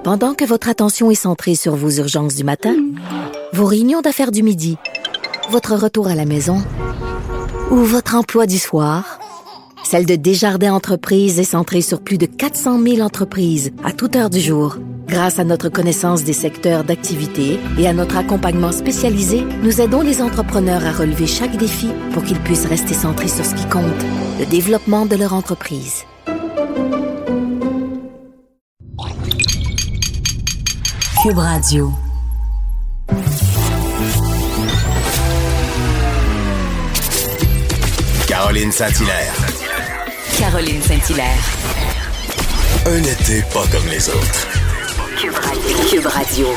Pendant que votre attention est centrée sur vos urgences du matin, vos réunions d'affaires du midi, votre retour à la maison ou votre emploi du soir, celle de Desjardins Entreprises est centrée sur plus de 400 000 entreprises à toute heure du jour. Grâce à notre connaissance des secteurs d'activité et à notre accompagnement spécialisé, nous aidons les entrepreneurs à relever chaque défi pour qu'ils puissent rester centrés sur ce qui compte, le développement de leur entreprise. Cube Radio. Caroline Saint-Hilaire. Caroline Saint-Hilaire. Un été pas comme les autres. Cube Radio.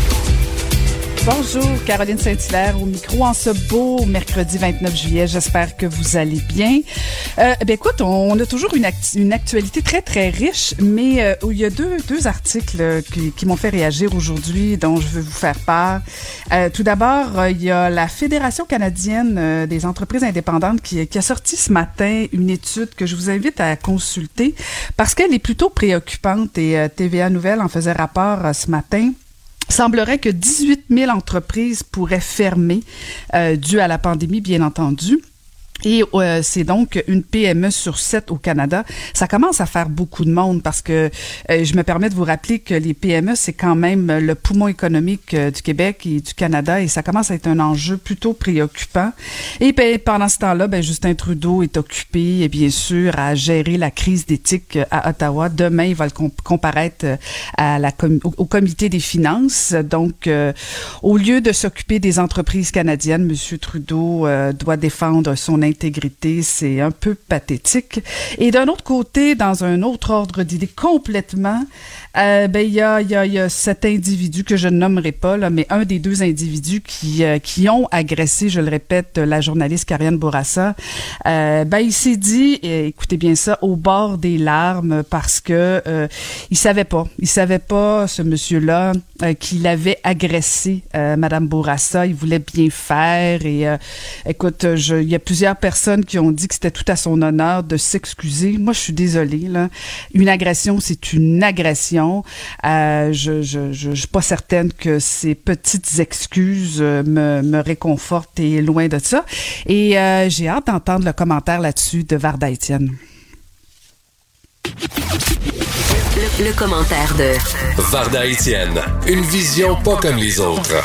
Bonjour, Caroline Saint-Hilaire au micro en ce beau mercredi 29 juillet. J'espère que vous allez bien. Écoute, on a toujours une actualité très, très riche, mais il y a deux articles qui m'ont fait réagir aujourd'hui, dont je veux vous faire part. Tout d'abord, il y a la Fédération canadienne des entreprises indépendantes qui a sorti ce matin une étude que je vous invite à consulter parce qu'elle est plutôt préoccupante et TVA Nouvelles en faisait rapport ce matin. Semblerait que 18 000 entreprises pourraient fermer dû à la pandémie, bien entendu. Et c'est donc une PME sur 7 au Canada. Ça commence à faire beaucoup de monde parce que je me permets de vous rappeler que les PME, c'est quand même le poumon économique du Québec et du Canada et ça commence à être un enjeu plutôt préoccupant. Et pendant ce temps-là, Justin Trudeau est occupé, bien sûr, à gérer la crise d'éthique à Ottawa. Demain, il va comparaître au comité des finances. Donc, au lieu de s'occuper des entreprises canadiennes, M. Trudeau doit défendre son intégrité, c'est un peu pathétique. Et d'un autre côté, dans un autre ordre d'idée complètement, il y a cet individu que je ne nommerai pas, là, mais un des deux individus qui ont agressé, je le répète, la journaliste Karianne Bourassa. Il s'est dit, écoutez bien ça, au bord des larmes parce que il savait pas, ce monsieur-là, qu'il avait agressé Madame Bourassa. Il voulait bien faire et écoute, il y a plusieurs personnes qui ont dit que c'était tout à son honneur de s'excuser. Moi, je suis désolée, là. Une agression, c'est une agression. Je suis pas certaine que ces petites excuses me réconfortent et loin de ça. Et j'ai hâte d'entendre le commentaire là-dessus de Varda Étienne. Le commentaire de Varda Étienne. Une vision pas comme les autres.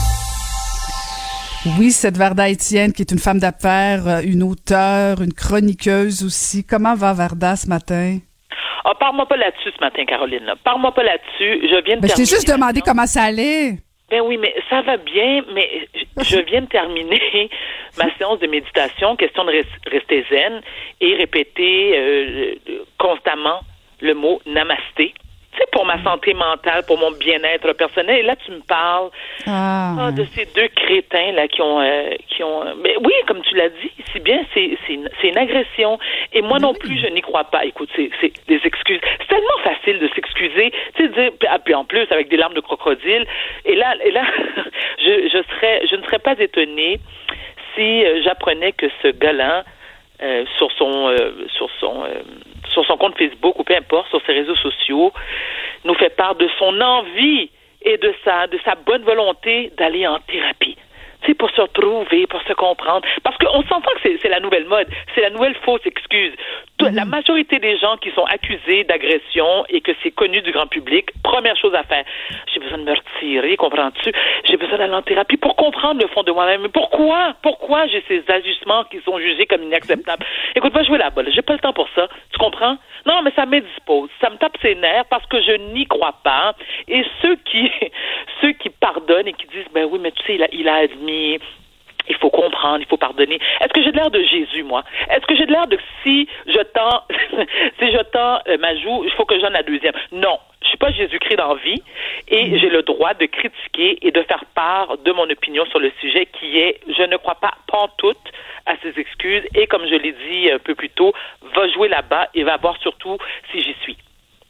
Oui, cette Varda Étienne, qui est une femme d'affaires, une auteure, une chroniqueuse aussi. Comment va Varda ce matin? Ah, parle-moi pas là-dessus ce matin, Caroline. Là. Parle-moi pas là-dessus. Je viens de terminer. Je t'ai juste demandé comment ça allait. Ben oui, mais ça va bien, mais je viens de terminer ma séance de méditation, question de rester zen et répéter constamment le mot namasté. Tu sais, pour ma santé mentale, pour mon bien-être personnel. Et là, tu me parles de ces deux crétins là qui ont. Mais oui, comme tu l'as dit, si bien, c'est une agression. Et moi non plus, je n'y crois pas. Écoute, c'est des excuses. C'est tellement facile de s'excuser. Tu sais, dire, puis en plus avec des larmes de crocodile. Et là, je ne serais pas étonnée si j'apprenais que ce gars-là, sur son compte Facebook ou peu importe, sur ses réseaux sociaux, nous fait part de son envie et de sa bonne volonté d'aller en thérapie. Tu sais, pour se retrouver, pour se comprendre. Parce qu'on s'entend que c'est la nouvelle mode, c'est la nouvelle fausse excuse. La majorité des gens qui sont accusés d'agression et que c'est connu du grand public, première chose à faire, j'ai besoin de me retirer, comprends-tu? J'ai besoin d'aller en thérapie pour comprendre le fond de moi-même. Mais pourquoi j'ai ces ajustements qui sont jugés comme inacceptables? Écoute, va jouer la balle. J'ai pas le temps pour ça. Tu comprends? Non, mais ça m'indispose. Ça me tape ses nerfs parce que je n'y crois pas. Et ceux qui pardonnent et qui disent, ben oui, mais tu sais, il a admis, il faut comprendre, il faut pardonner. Est-ce que j'ai de l'air de Jésus, moi? Est-ce que j'ai de l'air de si je tends ma joue, il faut que je donne la deuxième? Non. Je suis pas Jésus-Christ dans la vie et j'ai le droit de critiquer et de faire part de mon opinion sur le sujet qui est, je ne crois pas pantoute à ces excuses et comme je l'ai dit un peu plus tôt, va jouer là-bas et va voir surtout si j'y suis.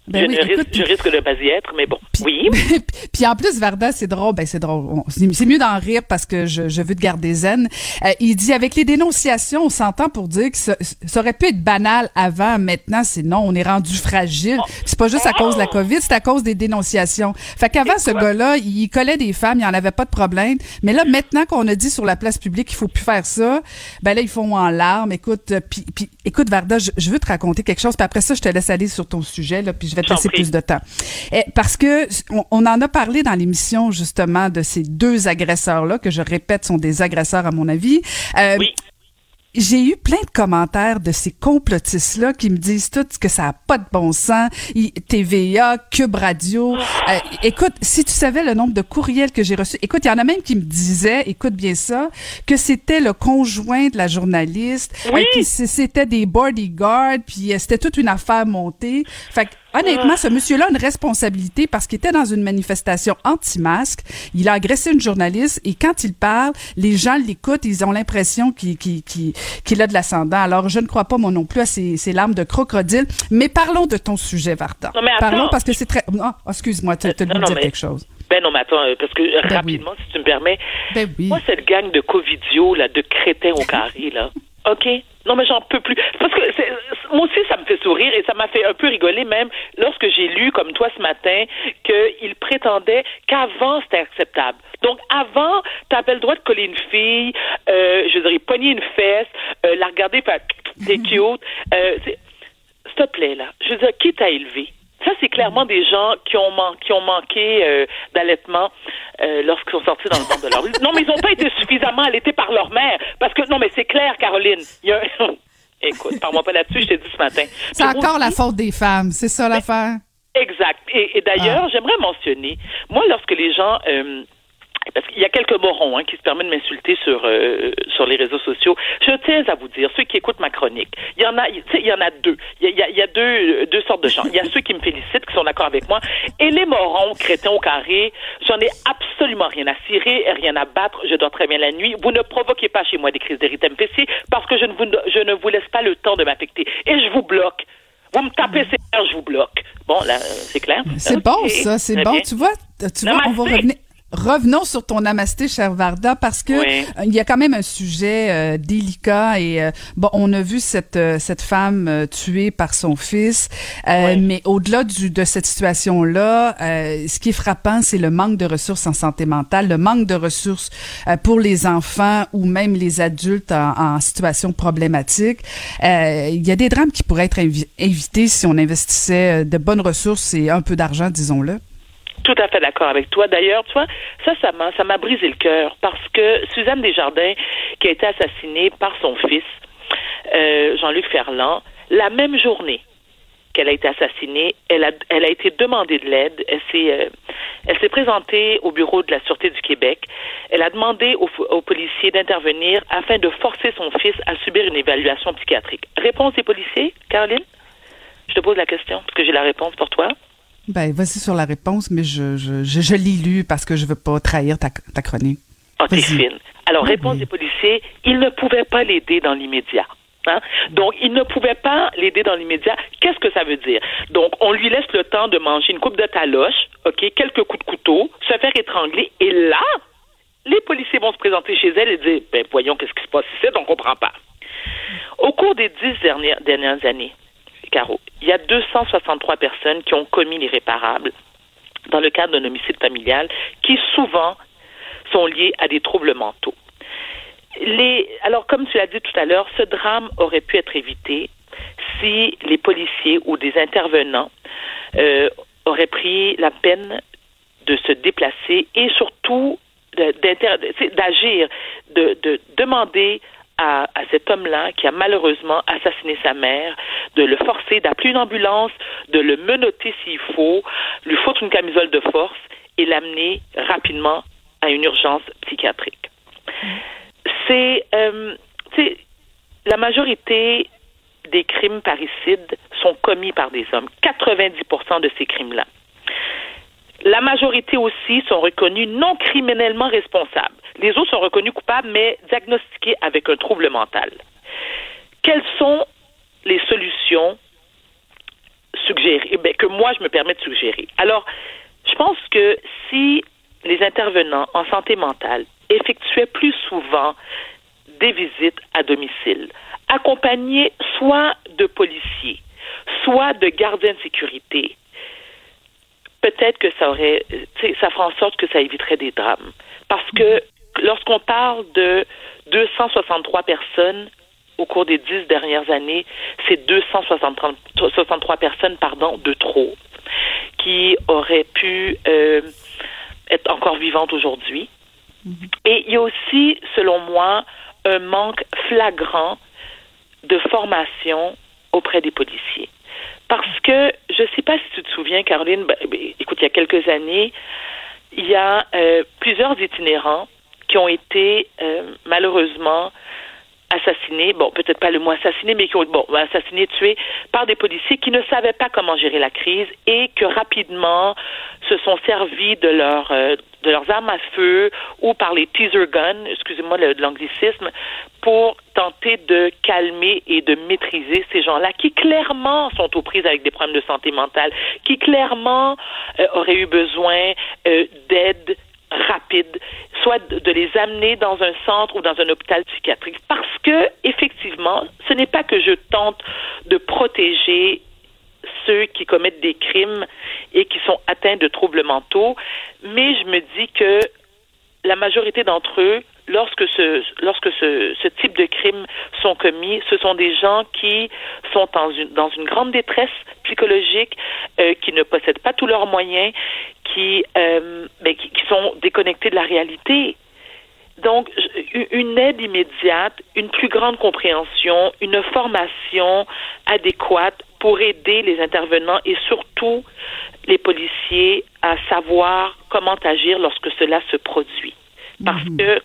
Je risque de pas y être, mais bon. Oui. Puis en plus, Varda, c'est drôle. C'est drôle. C'est mieux d'en rire parce que je veux te garder zen. Il dit, avec les dénonciations, on s'entend pour dire que ça aurait pu être banal avant. Maintenant, c'est non, on est rendu fragile. C'est pas juste à cause de la COVID, c'est à cause des dénonciations. Fait qu'avant, ce gars-là, il collait des femmes, il n'y en avait pas de problème. Mais là, maintenant qu'on a dit sur la place publique qu'il faut plus faire ça, ben là, ils font en larmes. Écoute, écoute, Varda, je veux te raconter quelque chose, puis après ça, je te laisse aller sur ton sujet, là, puis je vais te laisser plus de temps. Parce que on en a parlé dans l'émission, justement, de ces deux agresseurs-là, que je répète, sont des agresseurs, à mon avis. Oui. J'ai eu plein de commentaires de ces complotistes-là qui me disent tout que ça n'a pas de bon sens. TVA, Cube Radio. Écoute, si tu savais le nombre de courriels que j'ai reçus. Écoute, il y en a même qui me disaient, écoute bien ça, que c'était le conjoint de la journaliste, que c'était des bodyguards, puis c'était toute une affaire montée. Fait que, honnêtement, ce monsieur-là a une responsabilité parce qu'il était dans une manifestation anti-masque. Il a agressé une journaliste et quand il parle, les gens l'écoutent, ils ont l'impression qu'il a de l'ascendant. Alors, je ne crois pas, moi non plus, à ces larmes de crocodile. Mais parlons de ton sujet, Varda. Non, mais attends. Parlons parce que c'est très... Oh, excuse-moi, tu as le goût de dire quelque chose. Non, mais attends, parce que rapidement, si tu me permets, moi, cette gang de covidios, là, de crétins au carré, là, OK? Non, mais j'en peux plus. Parce que moi aussi, ça me fait sourire et ça m'a fait un peu rigoler même lorsque j'ai lu, comme toi ce matin, qu'il prétendait qu'avant, c'était acceptable. Donc, avant, t'avais le droit de coller une fille, je dirais, pogner une fesse, la regarder, faire t'es cute. S'il te plaît, là. Je veux dire, qui t'a élevé? Ça, c'est clairement des gens qui ont manqué d'allaitement lorsqu'ils sont sortis dans le ventre de leur vie. Non, mais ils n'ont pas été suffisamment allaités par leur mère. Parce que, non, mais c'est clair, Caroline. Écoute, parle-moi pas là-dessus, je t'ai dit ce matin. C'est encore la faute des femmes, c'est ça l'affaire? Exact. Et d'ailleurs, j'aimerais mentionner, moi, lorsque les gens... parce qu'il y a quelques morons qui se permettent de m'insulter sur les réseaux sociaux. Je tiens à vous dire, ceux qui écoutent ma chronique, il y en a deux. Il y a deux sortes de gens. Il y a ceux qui me félicitent, qui sont d'accord avec moi, et les morons, crétins au carré, j'en ai absolument rien à cirer, rien à battre, je dors très bien la nuit. Vous ne provoquez pas chez moi des crises d'érythème-fessier parce que je ne vous laisse pas le temps de m'affecter. Et je vous bloque. Vous me tapez ses nerfs, je vous bloque. Bon, là, c'est clair. C'est bon, ça, c'est très bon. Bien. Tu vois, on va revenir... Revenons sur ton namasté, chère Varda, parce que il y a quand même un sujet délicat et on a vu cette femme tuée par son fils, mais au-delà de cette situation-là, ce qui est frappant, c'est le manque de ressources en santé mentale, le manque de ressources pour les enfants ou même les adultes en situation problématique. Il y a des drames qui pourraient être évités si on investissait de bonnes ressources et un peu d'argent, disons-le. Tout à fait d'accord avec toi. D'ailleurs, tu vois, ça m'a brisé le cœur parce que Suzanne Desjardins, qui a été assassinée par son fils, Jean-Luc Ferland, la même journée qu'elle a été assassinée, elle a été demandée de l'aide. Elle s'est présentée au bureau de la Sûreté du Québec. Elle a demandé aux policiers d'intervenir afin de forcer son fils à subir une évaluation psychiatrique. Réponse des policiers, Caroline? Je te pose la question parce que j'ai la réponse pour toi. Ben, vas-y sur la réponse, mais je l'ai lu parce que je veux pas trahir ta chronique. Oh, t'es fine. Alors, réponse des policiers, ils ne pouvaient pas l'aider dans l'immédiat. Hein? Donc, ils ne pouvaient pas l'aider dans l'immédiat. Qu'est-ce que ça veut dire? Donc, on lui laisse le temps de manger une coupe de taloche, quelques coups de couteau, se faire étrangler, et là, les policiers vont se présenter chez elle et dire, ben, voyons qu'est-ce qui se passe ici, on comprend pas. Au cours des 10 dernières années, Caro, il y a 263 personnes qui ont commis l'irréparable dans le cadre d'un homicide familial qui souvent sont liés à des troubles mentaux. Alors, comme tu l'as dit tout à l'heure, ce drame aurait pu être évité si les policiers ou des intervenants auraient pris la peine de se déplacer et surtout d'agir, de demander à cet homme-là qui a malheureusement assassiné sa mère, de le forcer d'appeler une ambulance, de le menotter s'il faut, lui foutre une camisole de force et l'amener rapidement à une urgence psychiatrique. La majorité des crimes parricides sont commis par des hommes. 90% de ces crimes-là. La majorité aussi sont reconnus non criminellement responsables. Les autres sont reconnus coupables, mais diagnostiqués avec un trouble mental. Quelles sont les solutions suggérer, que moi je me permets de suggérer. Alors, je pense que si les intervenants en santé mentale effectuaient plus souvent des visites à domicile, accompagnés soit de policiers, soit de gardiens de sécurité, peut-être que ça ferait en sorte que ça éviterait des drames. Parce que lorsqu'on parle de 263 personnes au cours des 10 dernières années, c'est 263 personnes, de trop, qui auraient pu être encore vivantes aujourd'hui. Et il y a aussi, selon moi, un manque flagrant de formation auprès des policiers. Parce que, je ne sais pas si tu te souviens, Caroline, écoute, il y a quelques années, il y a plusieurs itinérants qui ont été malheureusement assassinés, peut-être pas le mot assassiné, mais qui ont assassinés, tués par des policiers qui ne savaient pas comment gérer la crise et que rapidement se sont servis de leurs armes à feu ou par les teaser guns, excusez-moi de l'anglicisme, pour tenter de calmer et de maîtriser ces gens-là qui clairement sont aux prises avec des problèmes de santé mentale, qui clairement auraient eu besoin d'aide rapide, soit de les amener dans un centre ou dans un hôpital psychiatrique. Parce que, effectivement, ce n'est pas que je tente de protéger ceux qui commettent des crimes et qui sont atteints de troubles mentaux, mais je me dis que la majorité d'entre eux, lorsque ce type de crimes sont commis, ce sont des gens qui sont dans une grande détresse psychologique, qui ne possèdent pas tous leurs moyens, qui sont déconnectés de la réalité. Donc, une aide immédiate, une plus grande compréhension, une formation adéquate pour aider les intervenants et surtout les policiers à savoir comment agir lorsque cela se produit. Parce que,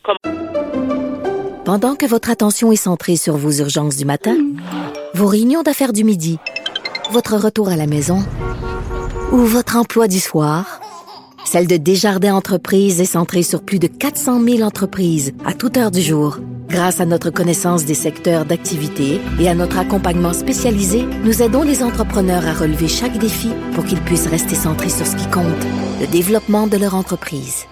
Pendant que votre attention est centrée sur vos urgences du matin, vos réunions d'affaires du midi, votre retour à la maison ou votre emploi du soir, celle de Desjardins Entreprises est centrée sur plus de 400 000 entreprises à toute heure du jour. Grâce à notre connaissance des secteurs d'activité et à notre accompagnement spécialisé, nous aidons les entrepreneurs à relever chaque défi pour qu'ils puissent rester centrés sur ce qui compte, le développement de leur entreprise.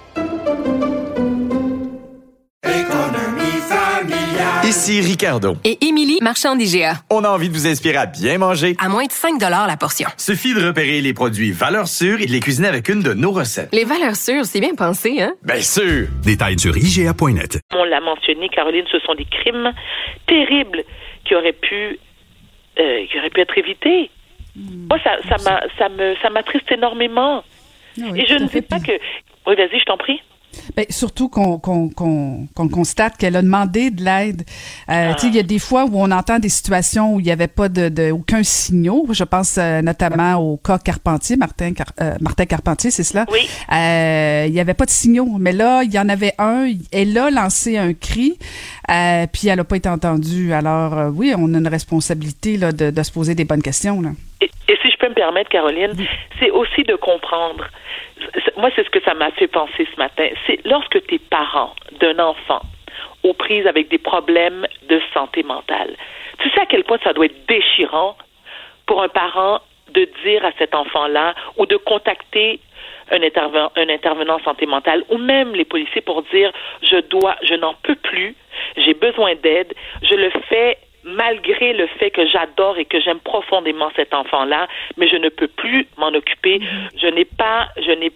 Ici Ricardo. Et Émilie, marchand d'IGA. On a envie de vous inspirer à bien manger. À moins de 5 $ la portion. Suffit de repérer les produits valeurs sûres et de les cuisiner avec une de nos recettes. Les valeurs sûres, c'est bien pensé, hein? Bien sûr! Détails sur IGA.net. On l'a mentionné, Caroline, ce sont des crimes terribles qui auraient pu être évités. Moi, ça m'attriste énormément. Oui, et je ne sais pas que... Oui, vas-y, je t'en prie. Ben, surtout qu'on constate qu'elle a demandé de l'aide. Tu sais, il y a des fois où on entend des situations où il n'y avait pas aucun signal. Je pense notamment au cas Carpentier, Martin Carpentier, c'est cela? Oui. Il n'y avait pas de signaux. Mais là, il y en avait un. Elle a lancé un cri, puis elle n'a pas été entendue. Alors, oui, on a une responsabilité là, de se poser des bonnes questions. Là. Et si je peux me permettre, Caroline, c'est aussi de comprendre. Moi, c'est ce que ça m'a fait penser ce matin. C'est lorsque tu es parent d'un enfant aux prises avec des problèmes de santé mentale. Tu sais à quel point ça doit être déchirant pour un parent de dire à cet enfant-là ou de contacter un intervenant en santé mentale ou même les policiers pour dire je n'en peux plus, j'ai besoin d'aide, je le fais malgré le fait que j'adore et que j'aime profondément cet enfant-là, mais je ne peux plus m'en occuper. Je n'ai pas,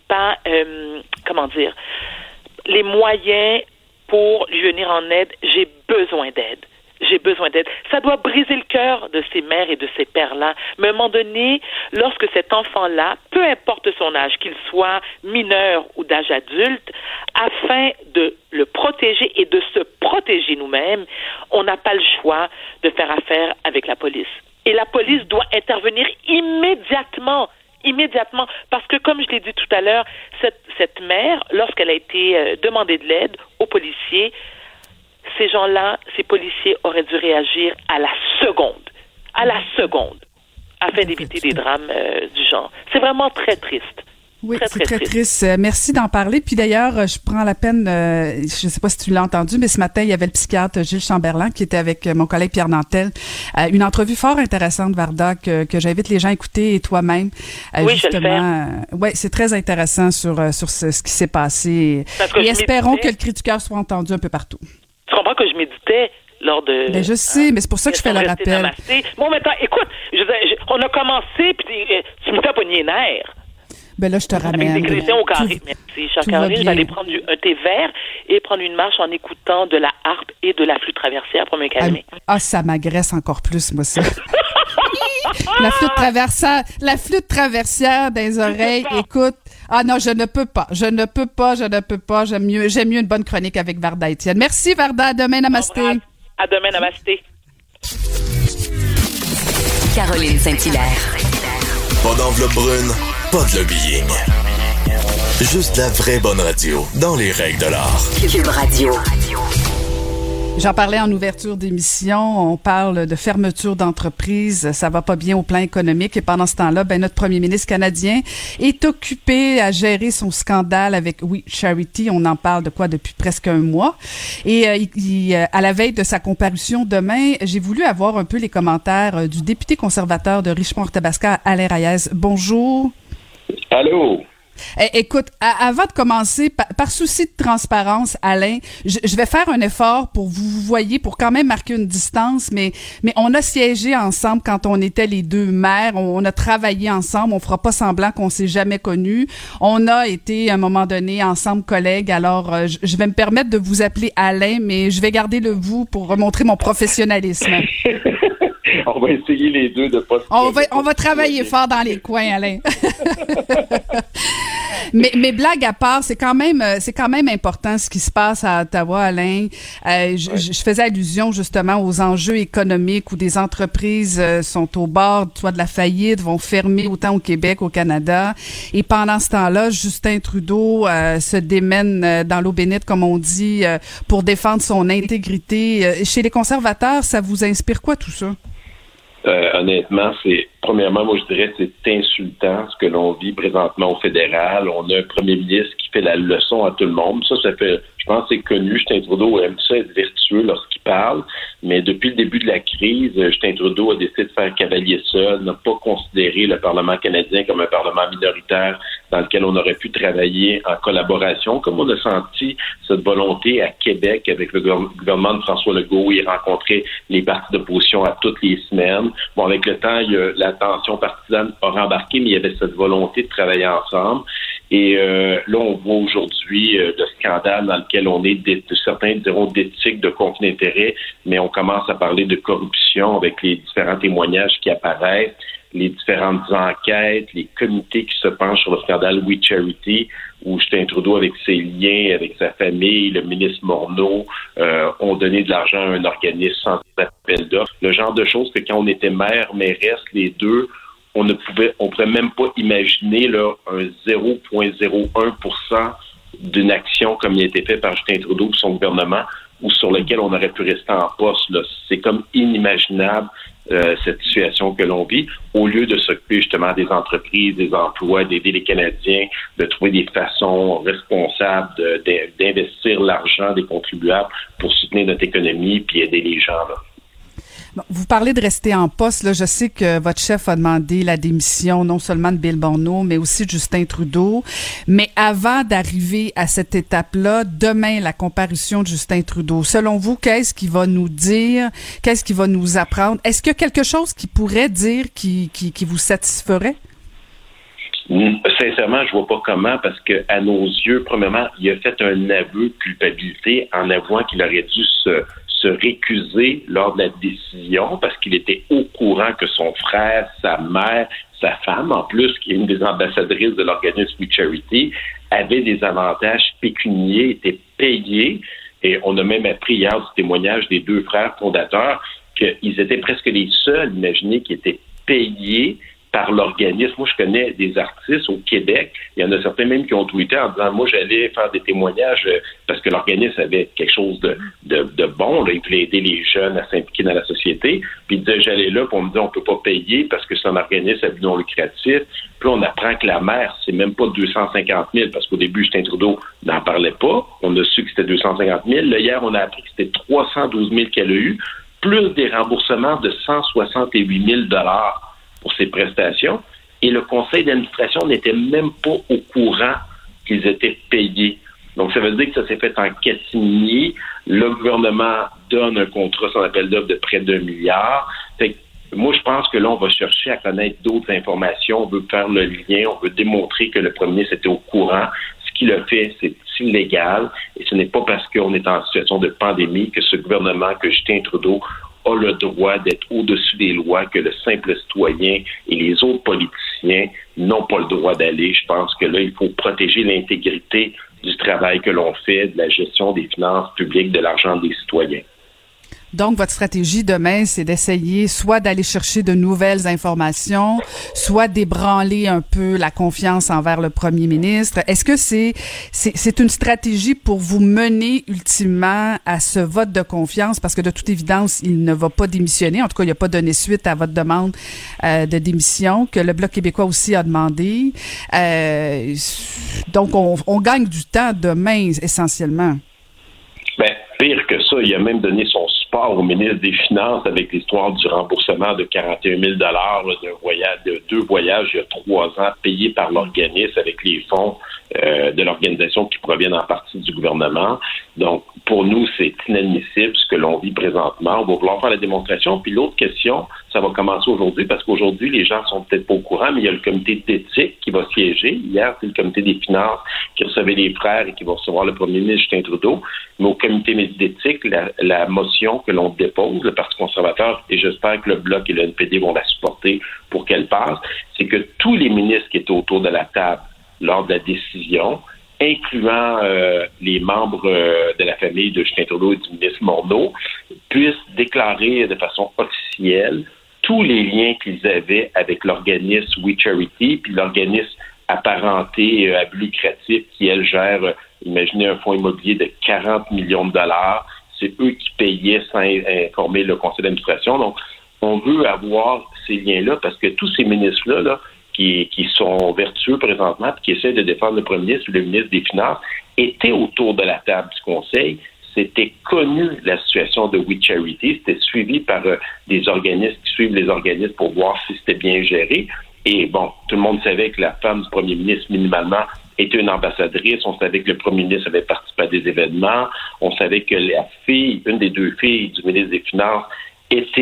les moyens pour lui venir en aide. J'ai besoin d'aide. Ça doit briser le cœur de ces mères et de ces pères-là. Mais à un moment donné, lorsque cet enfant-là, peu importe son âge, qu'il soit mineur ou d'âge adulte, afin de le protéger et de se protéger nous-mêmes, on n'a pas le choix de faire affaire avec la police. Et la police doit intervenir immédiatement, parce que, comme je l'ai dit tout à l'heure, cette mère, lorsqu'elle a été demandée de l'aide aux policiers, ces gens-là, ces policiers auraient dû réagir à la seconde, afin d'éviter des drames du genre. C'est vraiment très triste. Oui, très, c'est très triste. Merci d'en parler. Puis d'ailleurs, je prends la peine, je ne sais pas si tu l'as entendu, mais ce matin, il y avait le psychiatre Gilles Chamberlain qui était avec mon collègue Pierre Nantel. Une entrevue fort intéressante, Varda, que j'invite les gens à écouter et toi-même. Oui, justement, oui, c'est très intéressant sur ce qui s'est passé. Et espérons que le cri du cœur soit entendu un peu partout. Tu comprends que je méditais lors de... Ben, je sais, mais c'est pour ça que je fais le rappel. Namasté. Bon, maintenant, écoute, on a commencé, puis tu me tapes les nerfs. Ben là, je te ramène. Avec des chrétiens au carré. Merci, chère Caroline. Je vais aller prendre un thé vert et prendre une marche en écoutant de la harpe et de la flûte traversière pour me calmer. Ah, ça m'agresse encore plus, moi, ça. La flûte traversière dans les oreilles, écoute. Ah non, je ne peux pas. J'aime mieux une bonne chronique avec Varda Étienne. Merci, Varda. À demain, namasté. À demain, namasté. Caroline Saint-Hilaire. Pas d'enveloppe brune, pas de lobbying. Juste la vraie bonne radio, dans les règles de l'art. Cube Radio. J'en parlais en ouverture d'émission. On parle de fermeture d'entreprise. Ça va pas bien au plan économique. Et pendant ce temps-là, notre premier ministre canadien est occupé à gérer son scandale avec We Charity. On en parle depuis presque un mois. Et à la veille de sa comparution demain, j'ai voulu avoir un peu les commentaires du député conservateur de Richmond-Arthabasca, Alain Reyes. Bonjour. Allô. Écoute, avant de commencer, par souci de transparence, Alain, je vais faire un effort pour vous voyez, pour quand même marquer une distance, mais on a siégé ensemble quand on était les deux maires, on a travaillé ensemble, on fera pas semblant qu'on s'est jamais connus. On a été, à un moment donné, ensemble collègues, alors je vais me permettre de vous appeler Alain, mais je vais garder le vous pour remontrer mon professionnalisme. On va essayer les deux de pas... On va travailler fort dans les coins, Alain. Mais blague à part, c'est quand même important ce qui se passe à Ottawa, Alain. Je faisais allusion justement aux enjeux économiques où des entreprises sont au bord soit de la faillite, vont fermer autant au Québec, au Canada. Et pendant ce temps-là, Justin Trudeau se démène dans l'eau bénite, comme on dit, pour défendre son intégrité. Chez les conservateurs, ça vous inspire quoi tout ça? Honnêtement, premièrement, moi je dirais c'est insultant ce que l'on vit présentement au fédéral. On a un premier ministre qui fait la leçon à tout le monde. Ça fait, je pense que c'est connu. Justin Trudeau aime ça être vertueux lorsqu'il parle, mais depuis le début de la crise, Justin Trudeau a décidé de faire cavalier seul, n'a pas considéré le Parlement canadien comme un Parlement minoritaire dans lequel on aurait pu travailler en collaboration, comme on a senti cette volonté à Québec avec le gouvernement de François Legault. Il rencontrait les partis d'opposition à toutes les semaines. Bon, avec le temps, la tension partisane a rembarqué, mais il y avait cette volonté de travailler ensemble. Et là, on voit aujourd'hui le scandale dans lequel on est, certains diront d'éthique, de conflit d'intérêts, mais on commence à parler de corruption avec les différents témoignages qui apparaissent, les différentes enquêtes, les comités qui se penchent sur le scandale We Charity, où Justin Trudeau, avec ses liens, avec sa famille, le ministre Morneau, ont donné de l'argent à un organisme sans appel d'offres. Le genre de choses que quand on était maire, mairesse, les deux, on pourrait même pas imaginer là, un 0,01% d'une action comme il a été fait par Justin Trudeau et son gouvernement, ou sur lequel on aurait pu rester en poste. Là. C'est comme inimaginable cette situation que l'on vit, au lieu de s'occuper justement des entreprises, des emplois, d'aider les Canadiens, de trouver des façons responsables d'investir l'argent des contribuables pour soutenir notre économie puis aider les gens. Là. Bon, vous parlez de rester en poste. Là, je sais que votre chef a demandé la démission non seulement de Bill Morneau, mais aussi de Justin Trudeau. Mais avant d'arriver à cette étape-là, demain, la comparution de Justin Trudeau, selon vous, qu'est-ce qu'il va nous dire? Qu'est-ce qu'il va nous apprendre? Est-ce qu'il y a quelque chose qu'il pourrait dire qui vous satisferait? Sincèrement, je vois pas comment, parce que à nos yeux, premièrement, il a fait un aveu de culpabilité en avouant qu'il aurait dû se récuser lors de la décision parce qu'il était au courant que son frère, sa mère, sa femme, en plus, qui est une des ambassadrices de l'organisme We Charity, avait des avantages pécuniaires, étaient payés. Et on a même appris hier du témoignage des deux frères fondateurs qu'ils étaient presque les seuls, imaginez, qui étaient payés par l'organisme. Moi, je connais des artistes au Québec. Il y en a certains même qui ont tweeté en disant, moi, j'allais faire des témoignages parce que l'organisme avait quelque chose de bon. Là. Il voulait aider les jeunes à s'impliquer dans la société. Puis il disait, j'allais là pour me dire, on peut pas payer parce que c'est un organisme à but non lucratif. Puis on apprend que la mère, c'est même pas 250 000 parce qu'au début, Justin Trudeau n'en parlait pas. On a su que c'était 250 000. Là, hier, on a appris que c'était 312 000 qu'elle a eu, plus des remboursements de 168 000 pour ces prestations, et le conseil d'administration n'était même pas au courant qu'ils étaient payés. Donc, ça veut dire que ça s'est fait en catimini. Le gouvernement donne un contrat, son appel d'offres de près d'1 milliard. Fait que moi, je pense que là, on va chercher à connaître d'autres informations. On veut faire le lien, on veut démontrer que le premier ministre était au courant. Ce qu'il a fait, c'est illégal, et ce n'est pas parce qu'on est en situation de pandémie que ce gouvernement, que Justin Trudeau, a le droit d'être au-dessus des lois, que le simple citoyen et les autres politiciens n'ont pas le droit d'aller. Je pense que là, il faut protéger l'intégrité du travail que l'on fait, de la gestion des finances publiques, de l'argent des citoyens. Donc, votre stratégie demain, c'est d'essayer soit d'aller chercher de nouvelles informations, soit d'ébranler un peu la confiance envers le premier ministre. Est-ce que c'est une stratégie pour vous mener ultimement à ce vote de confiance? Parce que de toute évidence, il ne va pas démissionner. En tout cas, il n'a pas donné suite à votre demande de démission, que le Bloc québécois aussi a demandé. Donc, on gagne du temps demain, essentiellement. Ben, pire que ça, il a même donné son support au ministre des Finances avec l'histoire du remboursement de 41 000 de 2 voyages il y a 3 ans payés par l'organisme avec les fonds de l'organisation qui proviennent en partie du gouvernement. Donc, pour nous, c'est inadmissible ce que l'on vit présentement. On va vouloir faire la démonstration. Puis l'autre question, ça va commencer aujourd'hui parce qu'aujourd'hui, les gens sont peut-être pas au courant, mais il y a le comité d'éthique qui va siéger. Hier, c'est le comité des finances qui recevait les frères et qui va recevoir le premier ministre Justin Trudeau. Mais au comité d'éthique, la motion que l'on dépose, le Parti conservateur, et j'espère que le Bloc et le NPD vont la supporter pour qu'elle passe, c'est que tous les ministres qui étaient autour de la table lors de la décision, incluant les membres de la famille de Justin Trudeau et du ministre Morneau, puissent déclarer de façon officielle tous les liens qu'ils avaient avec l'organisme We Charity, puis l'organisme apparenté à but lucratif qui, elle, gère, imaginez un fonds immobilier de 40 millions de dollars. C'est eux qui payaient sans informer le conseil d'administration. Donc, on veut avoir ces liens-là parce que tous ces ministres-là, là, qui sont vertueux présentement et qui essaient de défendre le premier ministre ou le ministre des Finances, étaient autour de la table du conseil. C'était connu la situation de We Charity. C'était suivi par des organismes qui suivent les organismes pour voir si c'était bien géré. Et bon, tout le monde savait que la femme du premier ministre, minimalement, était une ambassadrice. On savait que le premier ministre avait participé à des événements. On savait que la fille, une des 2 filles du ministre des Finances, est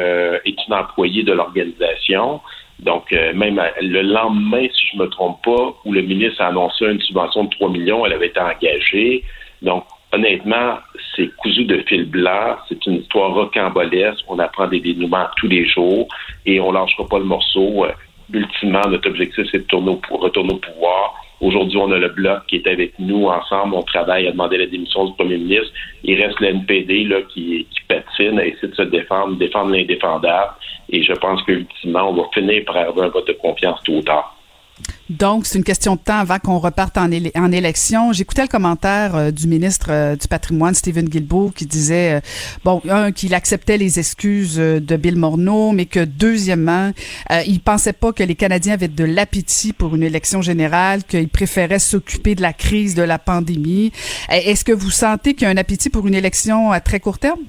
une employée de l'organisation. Donc, même le lendemain, si je me trompe pas, où le ministre a annoncé une subvention de 3 millions, elle avait été engagée. Donc, honnêtement, c'est cousu de fil blanc. C'est une histoire rocambolesque. On apprend des dénouements tous les jours et on lâchera pas le morceau. Ultimement, notre objectif, c'est de retourner au pouvoir. Aujourd'hui, on a le Bloc qui est avec nous ensemble. On travaille à demander la démission du premier ministre. Il reste le NPD là, qui patine, à essayer de se défendre l'indéfendable. Et je pense qu'ultimement, on va finir par avoir un vote de confiance tôt ou tard. Donc, c'est une question de temps avant qu'on reparte en élection. J'écoutais le commentaire du ministre du Patrimoine, Stephen Guilbeault, qui disait, qu'il acceptait les excuses de Bill Morneau, mais que deuxièmement, il pensait pas que les Canadiens avaient de l'appétit pour une élection générale, qu'ils préféraient s'occuper de la crise de la pandémie. Est-ce que vous sentez qu'il y a un appétit pour une élection à très court terme?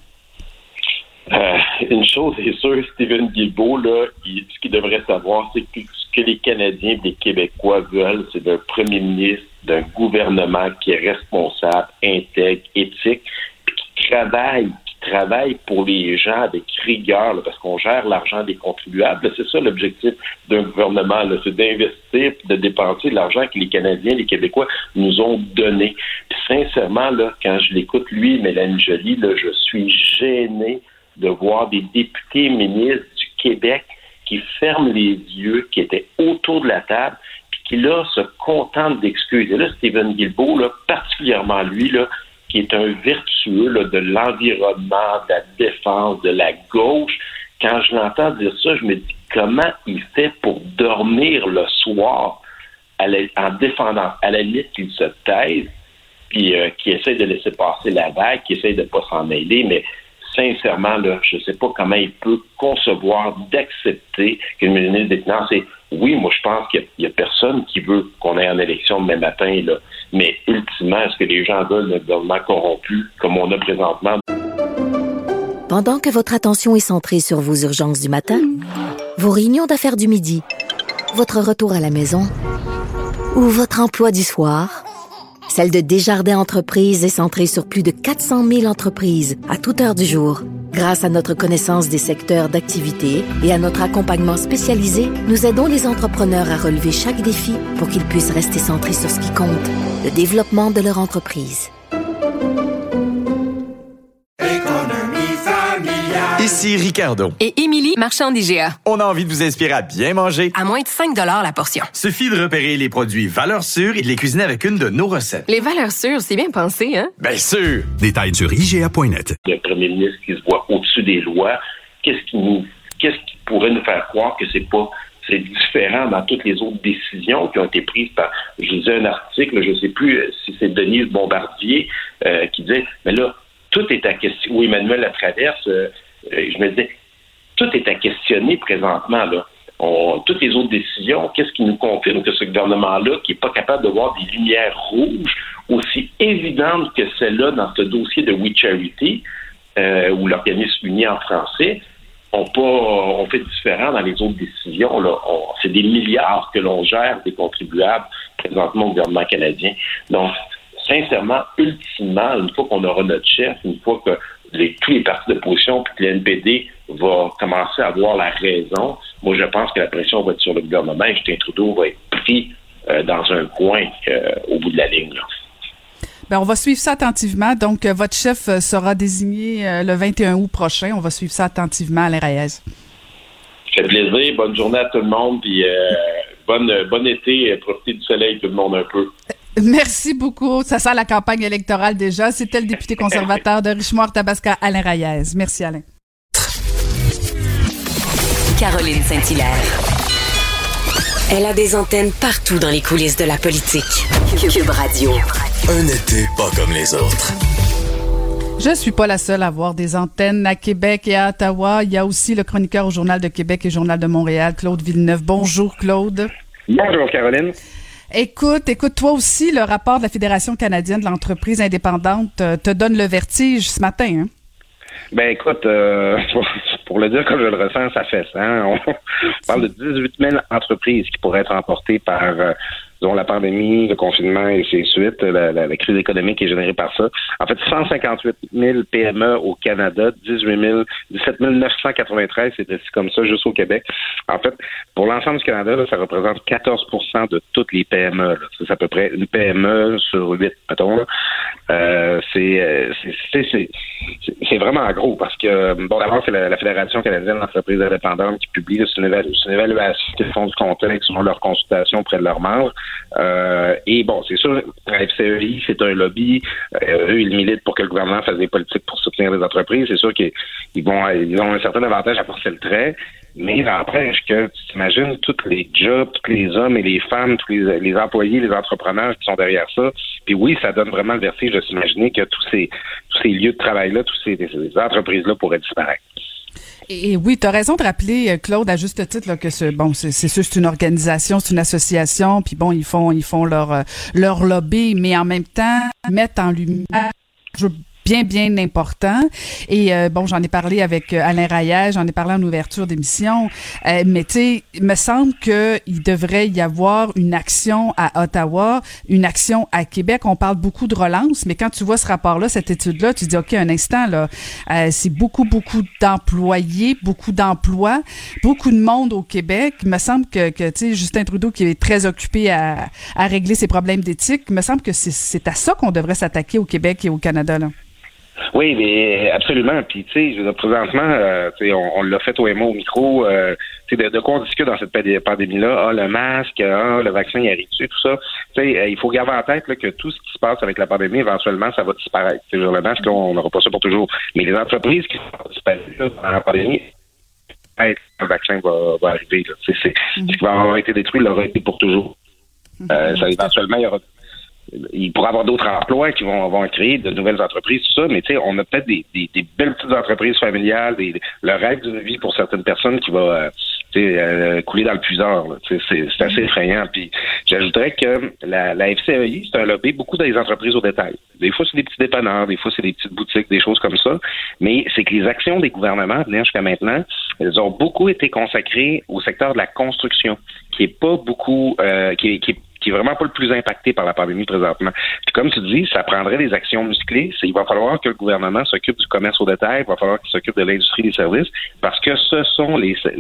Une chose est sûre, Stephen Guilbeault, là, ce qu'il devrait savoir, c'est que ce que les Canadiens et les Québécois veulent, c'est d'un premier ministre, d'un gouvernement qui est responsable, intègre, éthique, puis qui travaille pour les gens avec rigueur, là, parce qu'on gère l'argent des contribuables. Là, c'est ça l'objectif d'un gouvernement, là, c'est d'investir, de dépenser de l'argent que les Canadiens, les Québécois nous ont donné. Puis sincèrement, là, quand je l'écoute, lui, Mélanie Joly, là, je suis gêné de voir des députés ministres du Québec qui ferment les yeux, qui étaient autour de la table, puis qui, là, se contentent d'excuses. Et là, Stephen Guilbeault, là, particulièrement lui, là, qui est un vertueux là, de l'environnement, de la défense, de la gauche, quand je l'entends dire ça, je me dis comment il fait pour dormir le soir en défendant, à la limite qu'il se taise, puis qui essaie de laisser passer la vague, qui essaie de pas s'en mêler, mais sincèrement, là, je ne sais pas comment il peut concevoir d'accepter que le ministre des Finances est... Oui, moi, je pense qu'il y a personne qui veut qu'on ait en élection demain matin, là. Mais ultimement, est-ce que les gens veulent le gouvernement corrompu comme on a présentement? Pendant que votre attention est centrée sur vos urgences du matin, vos réunions d'affaires du midi, votre retour à la maison ou votre emploi du soir, celle de Desjardins Entreprises est centrée sur plus de 400 000 entreprises à toute heure du jour. Grâce à notre connaissance des secteurs d'activité et à notre accompagnement spécialisé, nous aidons les entrepreneurs à relever chaque défi pour qu'ils puissent rester centrés sur ce qui compte, le développement de leur entreprise. Ici Ricardo. Et Émilie, marchand d'IGA. On a envie de vous inspirer à bien manger. À moins de 5 $ la portion. Suffit de repérer les produits valeurs sûres et de les cuisiner avec une de nos recettes. Les valeurs sûres, c'est bien pensé, hein? Bien sûr! Détails sur IGA.net. Le premier ministre qui se voit au-dessus des lois, qu'est-ce qui pourrait nous faire croire que c'est différent dans toutes les autres décisions qui ont été prises par, je lisais un article, je ne sais plus si c'est Denise Bombardier qui disait, mais là, tout est à question, ou Emmanuel Latraverse, je me disais, tout est à questionner présentement, là. Toutes les autres décisions, qu'est-ce qui nous confirme que ce gouvernement-là, qui n'est pas capable de voir des lumières rouges aussi évidentes que celle-là dans ce dossier de We Charity, ou l'organisme uni en français, on fait différent dans les autres décisions. Là. C'est des milliards que l'on gère des contribuables présentement au gouvernement canadien. Donc, sincèrement, ultimement, une fois qu'on aura notre chef, une fois que tous les partis d'opposition puis que l'NPD va commencer à avoir la raison, moi, je pense que la pression va être sur le gouvernement et Justin Trudeau va être pris dans un coin au bout de la ligne, là. Ben, on va suivre ça attentivement. Donc, votre chef sera désigné le 21 août prochain. On va suivre ça attentivement, Alain Reyes. Ça fait plaisir. Bonne journée à tout le monde. Puis, bon été. Profitez du soleil, tout le monde, un peu. Merci beaucoup. Ça sent la campagne électorale déjà. C'était le député conservateur de Richemont-Arthabasca, Alain Reyes. Merci, Alain. Caroline Saint-Hilaire. Elle a des antennes partout dans les coulisses de la politique. Cube Radio. Un été pas comme les autres. Je suis pas la seule à avoir des antennes à Québec et à Ottawa. Il y a aussi le chroniqueur au Journal de Québec et Journal de Montréal, Claude Villeneuve. Bonjour, Claude. Bonjour, Caroline. Écoute, toi aussi, le rapport de la Fédération canadienne de l'entreprise indépendante te donne le vertige ce matin, hein? Ben écoute, pour le dire comme je le ressens, ça fait ça. Hein? On parle de 18 000 entreprises qui pourraient être emportées par disons, la pandémie, le confinement et ses suites, la crise économique qui est générée par ça. En fait, 158 000 PME au Canada, 17 993, c'est aussi comme ça, juste au Québec. En fait, pour l'ensemble du Canada, là, ça représente 14% de toutes les PME. Là. C'est à peu près une PME sur 8, mettons. Là. C'est vraiment gros parce que, bon, d'abord, c'est la Fédération canadienne d'entreprises indépendantes qui publie là, c'est une évaluation qu'ils font du contexte selon leur consultation auprès de leurs membres. Et bon, c'est sûr, la FCEI, c'est un lobby. Eux, ils militent pour que le gouvernement fasse des politiques pour soutenir les entreprises. C'est sûr qu'ils ont un certain avantage à forcer le trait, mais il n'empêche que tu t'imagines tous les jobs, tous les hommes et les femmes, tous les employés, les entrepreneurs qui sont derrière ça. Puis oui, ça donne vraiment le vertige de s'imaginer que tous ces lieux de travail-là, ces entreprises-là pourraient disparaître. Et oui, tu as raison de rappeler, Claude, à juste titre, là, que c'est sûr, c'est une organisation, c'est une association, puis bon, ils font leur lobby, mais en même temps, mettre en lumière bien important. Et bon, j'en ai parlé avec Alain Reyes, j'en ai parlé en ouverture d'émission, mais tu sais, il me semble qu'il devrait y avoir une action à Ottawa, une action à Québec. On parle beaucoup de relance, mais quand tu vois ce rapport-là, cette étude-là, tu dis, OK, un instant, là, c'est beaucoup d'employés, beaucoup d'emplois, beaucoup de monde au Québec. Il me semble que tu sais, Justin Trudeau, qui est très occupé à régler ses problèmes d'éthique, il me semble que c'est à ça qu'on devrait s'attaquer au Québec et au Canada, là. Oui, mais absolument. Puis, tu sais, présentement, on l'a fait au MO au micro. De quoi on discute dans cette pandémie-là? Le masque, le vaccin, il arrive dessus, tout ça. Il faut garder en tête là, que tout ce qui se passe avec la pandémie, éventuellement, ça va disparaître. Le masque, là, on n'aura pas ça pour toujours. Mais les entreprises qui sont disparaître pendant la pandémie, un vaccin va arriver. Là. Ce qui va avoir été détruit l'aura été pour toujours. Ça, éventuellement, il pourra y avoir d'autres emplois qui vont créer de nouvelles entreprises, tout ça, mais tu sais, on a peut-être des belles petites entreprises familiales, le rêve d'une vie pour certaines personnes qui va couler dans le puiseur. C'est assez effrayant. Puis j'ajouterais que la FCEI, c'est un lobby beaucoup dans les entreprises au détail. Des fois, c'est des petits dépanneurs, des fois, c'est des petites boutiques, des choses comme ça. Mais c'est que les actions des gouvernements à venir jusqu'à maintenant, elles ont beaucoup été consacrées au secteur de la construction, qui est pas beaucoup, qui est vraiment pas le plus impacté par la pandémie présentement. Puis comme tu dis, ça prendrait des actions musclées. Il va falloir que le gouvernement s'occupe du commerce au détail, il va falloir qu'il s'occupe de l'industrie des services, parce que ce sont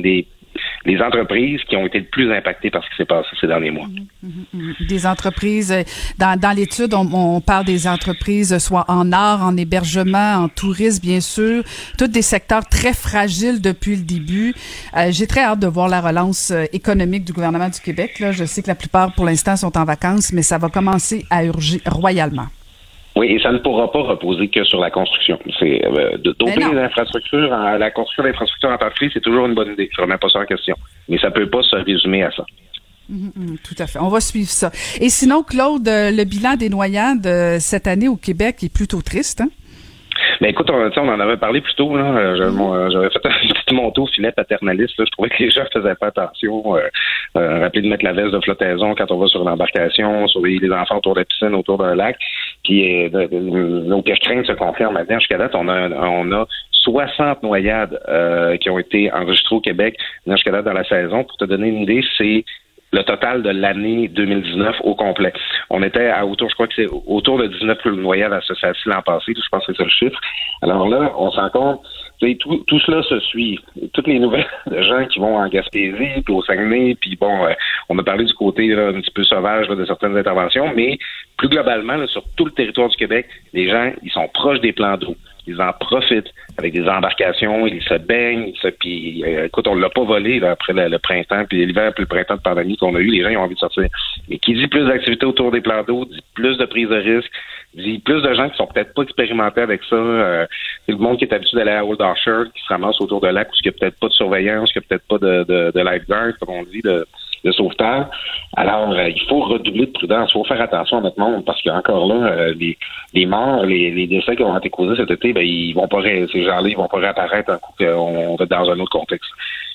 les entreprises qui ont été le plus impactées par ce qui s'est passé ces derniers mois. Des entreprises, dans l'étude, on parle des entreprises soit en art, en hébergement, en tourisme, bien sûr, tous des secteurs très fragiles depuis le début. J'ai très hâte de voir la relance économique du gouvernement du Québec. Là. Je sais que la plupart, pour l'instant, sont en vacances, mais ça va commencer à urger royalement. Oui, et ça ne pourra pas reposer que sur la construction. C'est doper les infrastructures, la construction d'infrastructures en partie, c'est toujours une bonne idée. Je ne remets pas ça en question. Mais ça ne peut pas se résumer à ça. Tout à fait. On va suivre ça. Et sinon, Claude, le bilan des noyades cette année au Québec est plutôt triste, hein? Mais écoute, on en avait parlé plus tôt. Là. J'avais fait un petit manteau filet paternaliste. Là. Je trouvais que les gens faisaient pas attention. Rappeler de mettre la veste de flottaison quand on va sur une embarcation, surveiller les enfants autour de la piscine, autour d'un lac. Puis nos craintes se confirment maintenant. Jusqu'à date, on a 60 noyades qui ont été enregistrées au Québec jusqu'à date dans la saison. Pour te donner une idée, c'est le total de l'année 2019 au complet. On était à autour, je crois que c'est autour de 19 noyades associées l'an passé, je pense que c'est ça le chiffre. Alors là, on se rend compte, tout cela se suit. Toutes les nouvelles de gens qui vont en Gaspésie, puis au Saguenay, puis bon, on a parlé du côté là, un petit peu sauvage là, de certaines interventions, mais plus globalement, là, sur tout le territoire du Québec, les gens, ils sont proches des plans d'eau. Ils en profitent avec des embarcations, ils se baignent, puis écoute, on l'a pas volé là, après le printemps, puis l'hiver, puis le printemps de pandémie qu'on a eu, les gens ils ont envie de sortir. Mais qui dit plus d'activités autour des plans d'eau, dit plus de prise de risque, dit plus de gens qui sont peut-être pas expérimentés avec ça. C'est le monde qui est habitué d'aller à Old Orchard, qui se ramasse autour de lac où il n'y a peut-être pas de surveillance, il n'y a peut-être pas de lifeguard, comme on dit, de sauvetage. Alors, il faut redoubler de prudence. Il faut faire attention à notre monde parce qu'encore là, les morts, les décès qui ont été causés cet été, ils vont pas ces gens-là, ils vont pas réapparaître un coup qu'on va être dans un autre contexte.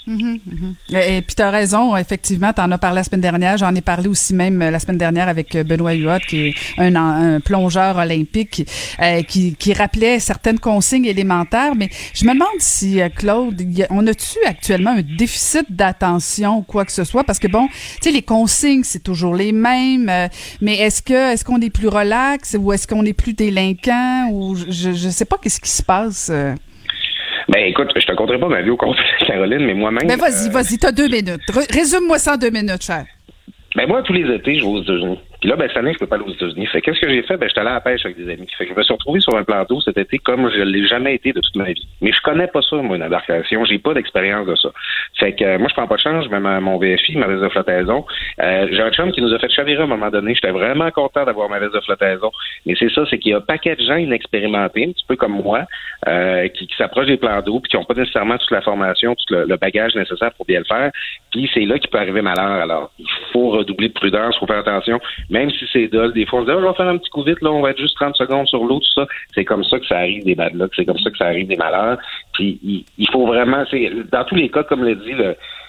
Et puis tu as raison, effectivement, tu en as parlé la semaine dernière, j'en ai parlé aussi même la semaine dernière avec Benoît Huot, qui est un plongeur olympique qui rappelait certaines consignes élémentaires, mais je me demande si, Claude, on a-tu actuellement un déficit d'attention ou quoi que ce soit, parce que bon, tu sais, les consignes, c'est toujours les mêmes, mais est-ce qu'on est plus relax ou est-ce qu'on est plus délinquant ou je sais pas qu'est-ce qui se passe. Ben écoute, je te conterai pas ma vie au compte, Caroline, mais moi-même... Ben vas-y, t'as 2 minutes. Résume-moi ça en 2 minutes, cher. Ben moi, tous les étés, je vais aux États-Unis. Puis là, cette année, je peux pas aller aux États-Unis. Fait qu'est-ce que j'ai fait? J'étais allé à la pêche avec des amis. Fait que je me suis retrouvé sur un plan d'eau cet été comme je l'ai jamais été de toute ma vie. Mais je connais pas ça, moi, une embarcation. J'ai pas d'expérience de ça. Fait que moi, je prends pas de chance. Je mets mon VFI, ma veste de flottaison. J'ai un chum qui nous a fait chavirer à un moment donné. J'étais vraiment content d'avoir ma veste de flottaison. Mais c'est ça, c'est qu'il y a un paquet de gens inexpérimentés, un petit peu comme moi, qui s'approchent des plans d'eau puis qui ont pas nécessairement toute la formation, tout le bagage nécessaire pour bien le faire. Puis c'est là qu'il peut arriver malheur. Alors, il faut redoubler de prudence, il faut faire attention. Même si c'est dole, des fois, on se dit, je vais faire un petit coup vite, là, on va être juste 30 secondes sur l'eau, tout ça. C'est comme ça que ça arrive des bad luck, c'est comme ça que ça arrive des malheurs. Puis, il faut vraiment, dans tous les cas, comme l'a dit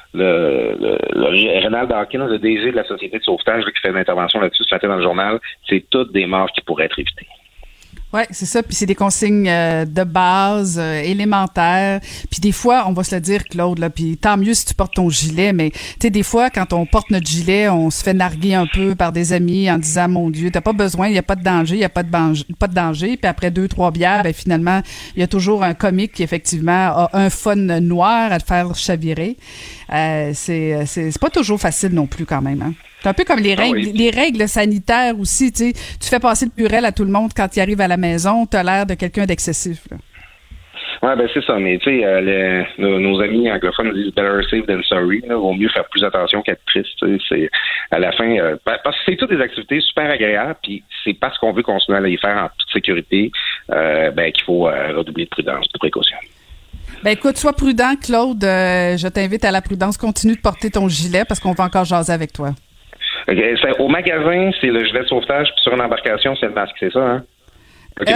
le Renald Dawkins, le DG de la Société de sauvetage, qui fait une intervention là-dessus ce matin dans le journal, c'est toutes des morts qui pourraient être évitées. Ouais, c'est ça. Puis c'est des consignes de base, élémentaires. Puis des fois, on va se le dire, Claude, là, puis tant mieux si tu portes ton gilet, mais tu sais, des fois, quand on porte notre gilet, on se fait narguer un peu par des amis en disant, mon Dieu, t'as pas besoin, il y a pas de danger, il y a pas de danger. Puis après 2-3 bières, finalement, il y a toujours un comique qui, effectivement, a un fun noir à te faire chavirer. C'est pas toujours facile non plus, quand même, hein. C'est un peu comme les règles sanitaires aussi, tu sais. Tu fais passer le purel à tout le monde quand il arrive à la maison, t'as l'air de quelqu'un d'excessif, là. Ouais, c'est ça. Mais tu sais, nos amis anglophones disent better safe than sorry. Là, vaut mieux faire plus attention qu'être triste. C'est à la fin, parce que c'est toutes des activités super agréables. Puis c'est parce qu'on veut continuer à les faire en toute sécurité, qu'il faut redoubler de prudence, de précaution. Ben écoute, sois prudent, Claude. Je t'invite à la prudence. Continue de porter ton gilet parce qu'on va encore jaser avec toi. Okay, au magasin, c'est le gilet de sauvetage, puis sur une embarcation, c'est le masque, c'est ça, hein? Okay,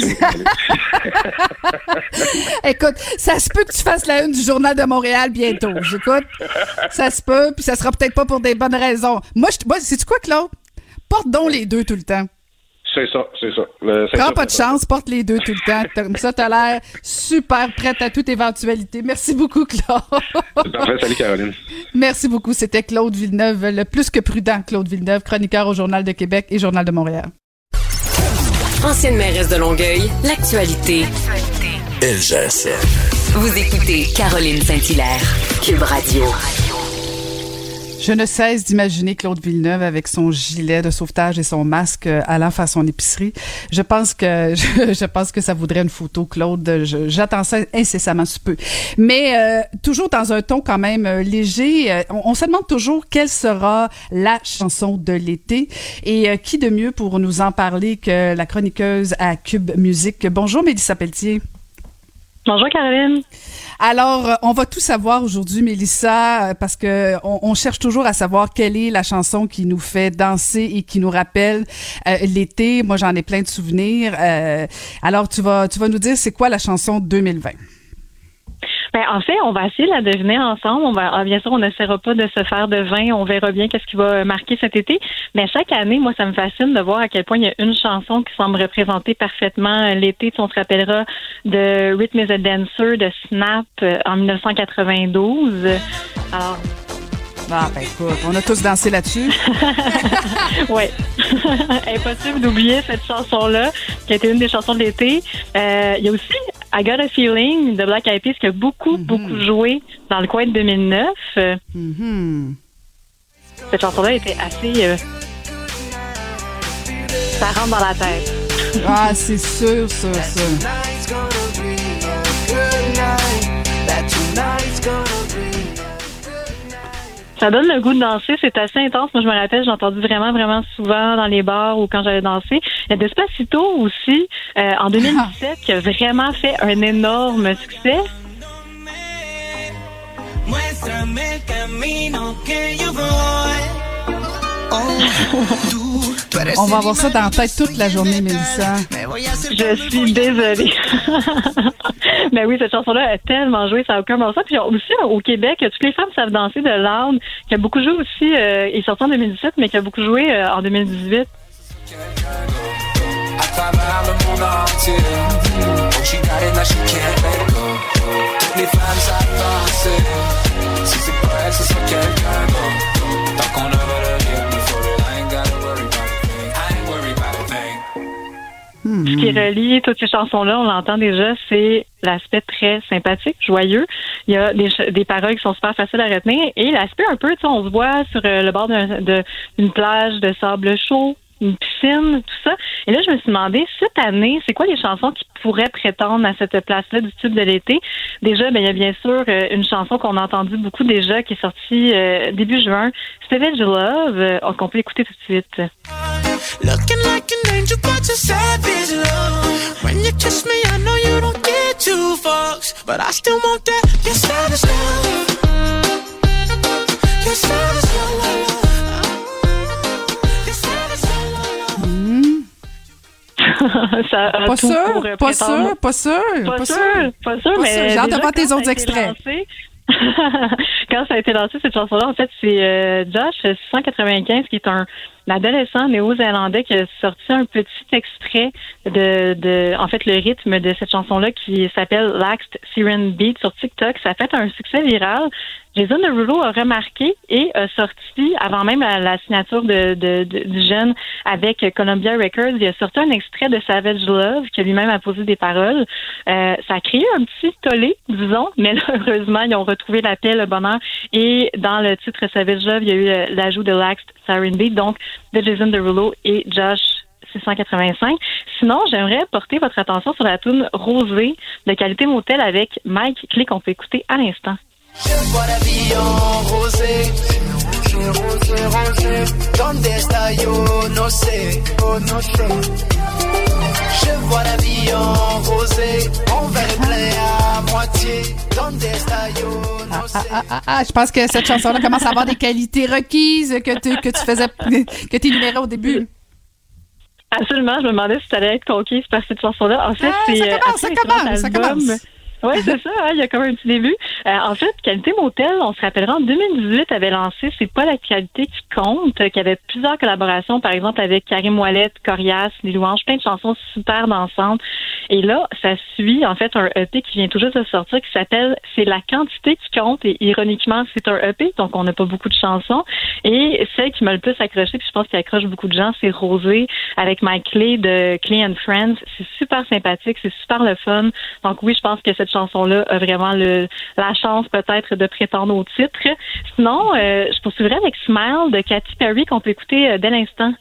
Écoute, ça se peut que tu fasses la une du Journal de Montréal bientôt. J'écoute, ça se peut, puis ça sera peut-être pas pour des bonnes raisons. Moi, sais-tu quoi, Claude? Porte donc les deux tout le temps. C'est ça. Prends pas de chance, porte les deux tout le temps. Comme ça, t'as l'air super prête à toute éventualité. Merci beaucoup, Claude. Parfait, salut Caroline. Merci beaucoup. C'était Claude Villeneuve, le plus que prudent Claude Villeneuve, chroniqueur au Journal de Québec et Journal de Montréal. Ancienne mairesse de Longueuil, l'actualité. LGSN. Vous écoutez Caroline Saint-Hilaire, Cube Radio. Je ne cesse d'imaginer Claude Villeneuve avec son gilet de sauvetage et son masque allant faire son épicerie. Je pense que ça voudrait une photo, Claude. J'attends ça incessamment sous peu. Mais toujours dans un ton quand même léger, on se demande toujours quelle sera la chanson de l'été. Et qui de mieux pour nous en parler que la chroniqueuse à Cube Musique. Bonjour Mélissa Pelletier. Bonjour Caroline. Alors, on va tout savoir aujourd'hui, Mélissa, parce que on cherche toujours à savoir quelle est la chanson qui nous fait danser et qui nous rappelle l'été. Moi, j'en ai plein de souvenirs. Alors, tu vas nous dire c'est quoi la chanson 2020? Ben, en fait, on va essayer de la deviner ensemble. Bien sûr, on n'essaiera pas de se faire de vin. On verra bien qu'est-ce qui va marquer cet été. Mais chaque année, moi, ça me fascine de voir à quel point il y a une chanson qui semble représenter parfaitement l'été. On se rappellera de Rhythm is a Dancer de Snap en 1992. Alors... Ah, ben écoute, on a tous dansé là-dessus. Oui. Impossible d'oublier cette chanson-là, qui a été une des chansons de l'été. Il y a aussi I Got a Feeling de Black Eyed Peas qui a beaucoup joué dans le coin de 2009. Cette chanson-là était assez... ça rentre dans la tête. Ah, c'est sûr, ça. Ça donne le goût de danser, c'est assez intense. Moi, je me rappelle, j'ai entendu vraiment souvent dans les bars ou quand j'allais danser. Il y a Despacito aussi, en 2017, qui a vraiment fait un énorme succès. On va avoir ça dans la tête toute la journée, Mélissa. Je suis désolée. Mais oui, cette chanson-là a tellement joué, ça n'a aucun bon sens. Puis aussi, au Québec, toutes les femmes savent danser de Loud, qui a beaucoup joué aussi, est sorti en 2017, mais qui a beaucoup joué en 2018. À travers le monde entier, she got it, now she can't let go. Toutes les femmes savent danser. Si c'est pas elle, c'est quelqu'un d'autre. Tant qu'on a le rythme, for it, I ain't gotta worry about a thing. I ain't worried about a thing. Ce qui relie toutes ces chansons-là, on l'entend déjà, c'est l'aspect très sympathique, joyeux. Il y a des paroles qui sont super faciles à retenir et l'aspect un peu, tu sais, on se voit sur le bord d'une plage de sable chaud, une piscine, tout ça. Et là, je me suis demandé, cette année, c'est quoi les chansons qui pourraient prétendre à cette place-là du tube de l'été? Déjà, il y a bien sûr une chanson qu'on a entendue beaucoup déjà, qui est sortie début juin, Savage Love, qu'on peut écouter tout de suite. Looking like an angel, but you're savage love. When you kiss me, I know you don't get two fucks, but I still want that. You're savage love. You're savage love. Pas sûr, mais j'ai hâte de voir tes autres extraits. Quand ça a été lancé, cette chanson-là, en fait, c'est Josh 695, qui est un adolescent néo-zélandais qui a sorti un petit extrait en fait, le rythme de cette chanson-là qui s'appelle Laxed Siren Beat sur TikTok. Ça a fait un succès viral. Jason Derulo a remarqué et a sorti, avant même la signature du jeune avec Columbia Records, il a sorti un extrait de Savage Love qui lui-même a posé des paroles. Ça a créé un petit tollé, disons, mais là, heureusement, ils ont retrouvé la paix, le bonheur. Et dans le titre Savage Love, il y a eu l'ajout de Laxed Siren Beat, donc de Jason Derulo et Josh 685. Sinon, j'aimerais porter votre attention sur la tune Rosée de Qualité Motel avec Mike Clay qu'on peut écouter à l'instant. Je vois la vie en rosé, rosé, donde está yo no sé, Je vois la vie en rosé, on verrait plein à moitié. Je pense que cette chanson-là commence à avoir des qualités requises que tu énumérais au début. Absolument, je me demandais si tu allais être conquise par cette chanson-là. En fait, ça commence. Oui, c'est ça, hein, il y a quand même un petit début. En fait, Qualité Motel, on se rappellera, en 2018, avait lancé C'est pas la qualité qui compte, qui avait plusieurs collaborations, par exemple, avec Karim Ouellet, Corias, Les Louanges, plein de chansons super dansantes. Et là, ça suit, en fait, un EP qui vient tout juste de sortir, qui s'appelle C'est la quantité qui compte, et ironiquement, c'est un EP, donc on n'a pas beaucoup de chansons. Et celle qui m'a le plus accroché, puis je pense qu'il accroche beaucoup de gens, c'est Rosé, avec Mike Clay de Clay and Friends. C'est super sympathique, c'est super le fun. Donc oui, je pense que cette chanson-là a vraiment la chance peut-être de prétendre au titre. Sinon, je poursuivrai avec Smile de Katy Perry qu'on peut écouter dès l'instant.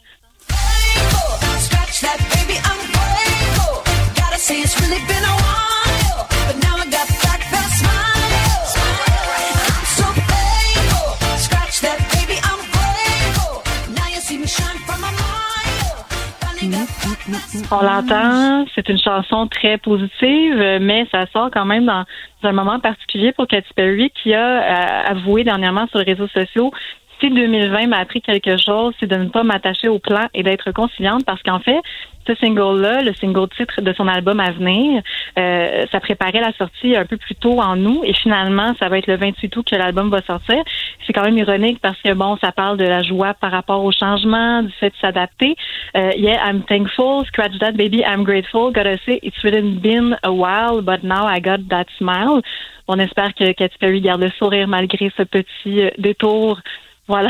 On l'entend, c'est une chanson très positive, mais ça sort quand même dans un moment particulier pour Katy Perry qui a avoué dernièrement sur les réseaux sociaux: si 2020 m'a appris quelque chose, c'est de ne pas m'attacher au plan et d'être conciliante, parce qu'en fait, ce single-là, le single titre de son album à venir, ça préparait la sortie un peu plus tôt en août, et finalement, ça va être le 28 août que l'album va sortir. C'est quand même ironique parce que, bon, ça parle de la joie par rapport au changement, du fait de s'adapter. Yeah, I'm thankful, scratch that baby, I'm grateful, gotta say, it's really been a while, but now I got that smile. On espère que Katy Perry garde le sourire malgré ce petit détour. Voilà.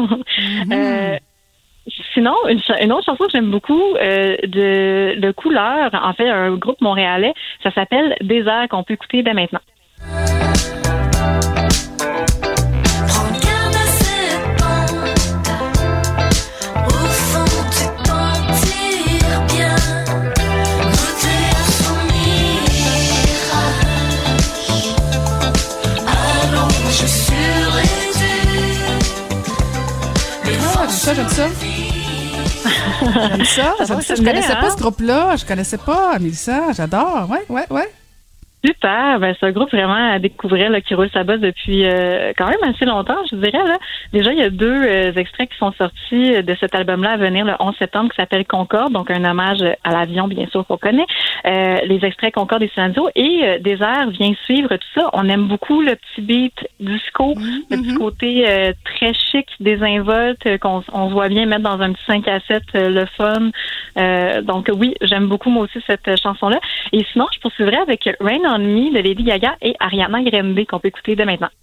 Sinon, une autre chanson que j'aime beaucoup de Couleur, en fait, un groupe montréalais, ça s'appelle Désert, qu'on peut écouter dès maintenant. J'aime ça. J'aime ça. Je connaissais pas ce groupe-là. Je connaissais pas Mélissa. J'adore. Ouais. Super, c'est un groupe vraiment à découvrir là, qui roule sa bosse depuis quand même assez longtemps, je dirais. Là. Déjà, il y a 2 extraits qui sont sortis de cet album-là à venir le 11 septembre qui s'appelle Concorde, donc un hommage à l'avion, bien sûr, qu'on connaît. Les extraits Concorde et Silencio, et Désert vient suivre tout ça. On aime beaucoup le petit beat disco, le petit côté très chic, désinvolte, qu'on se voit bien mettre dans un petit 5 à 7, le fun. Donc oui, j'aime beaucoup moi aussi cette chanson-là. Et sinon, je poursuivrai avec Rain on Me de Lady Gaga et Ariana Grande qu'on peut écouter dès maintenant.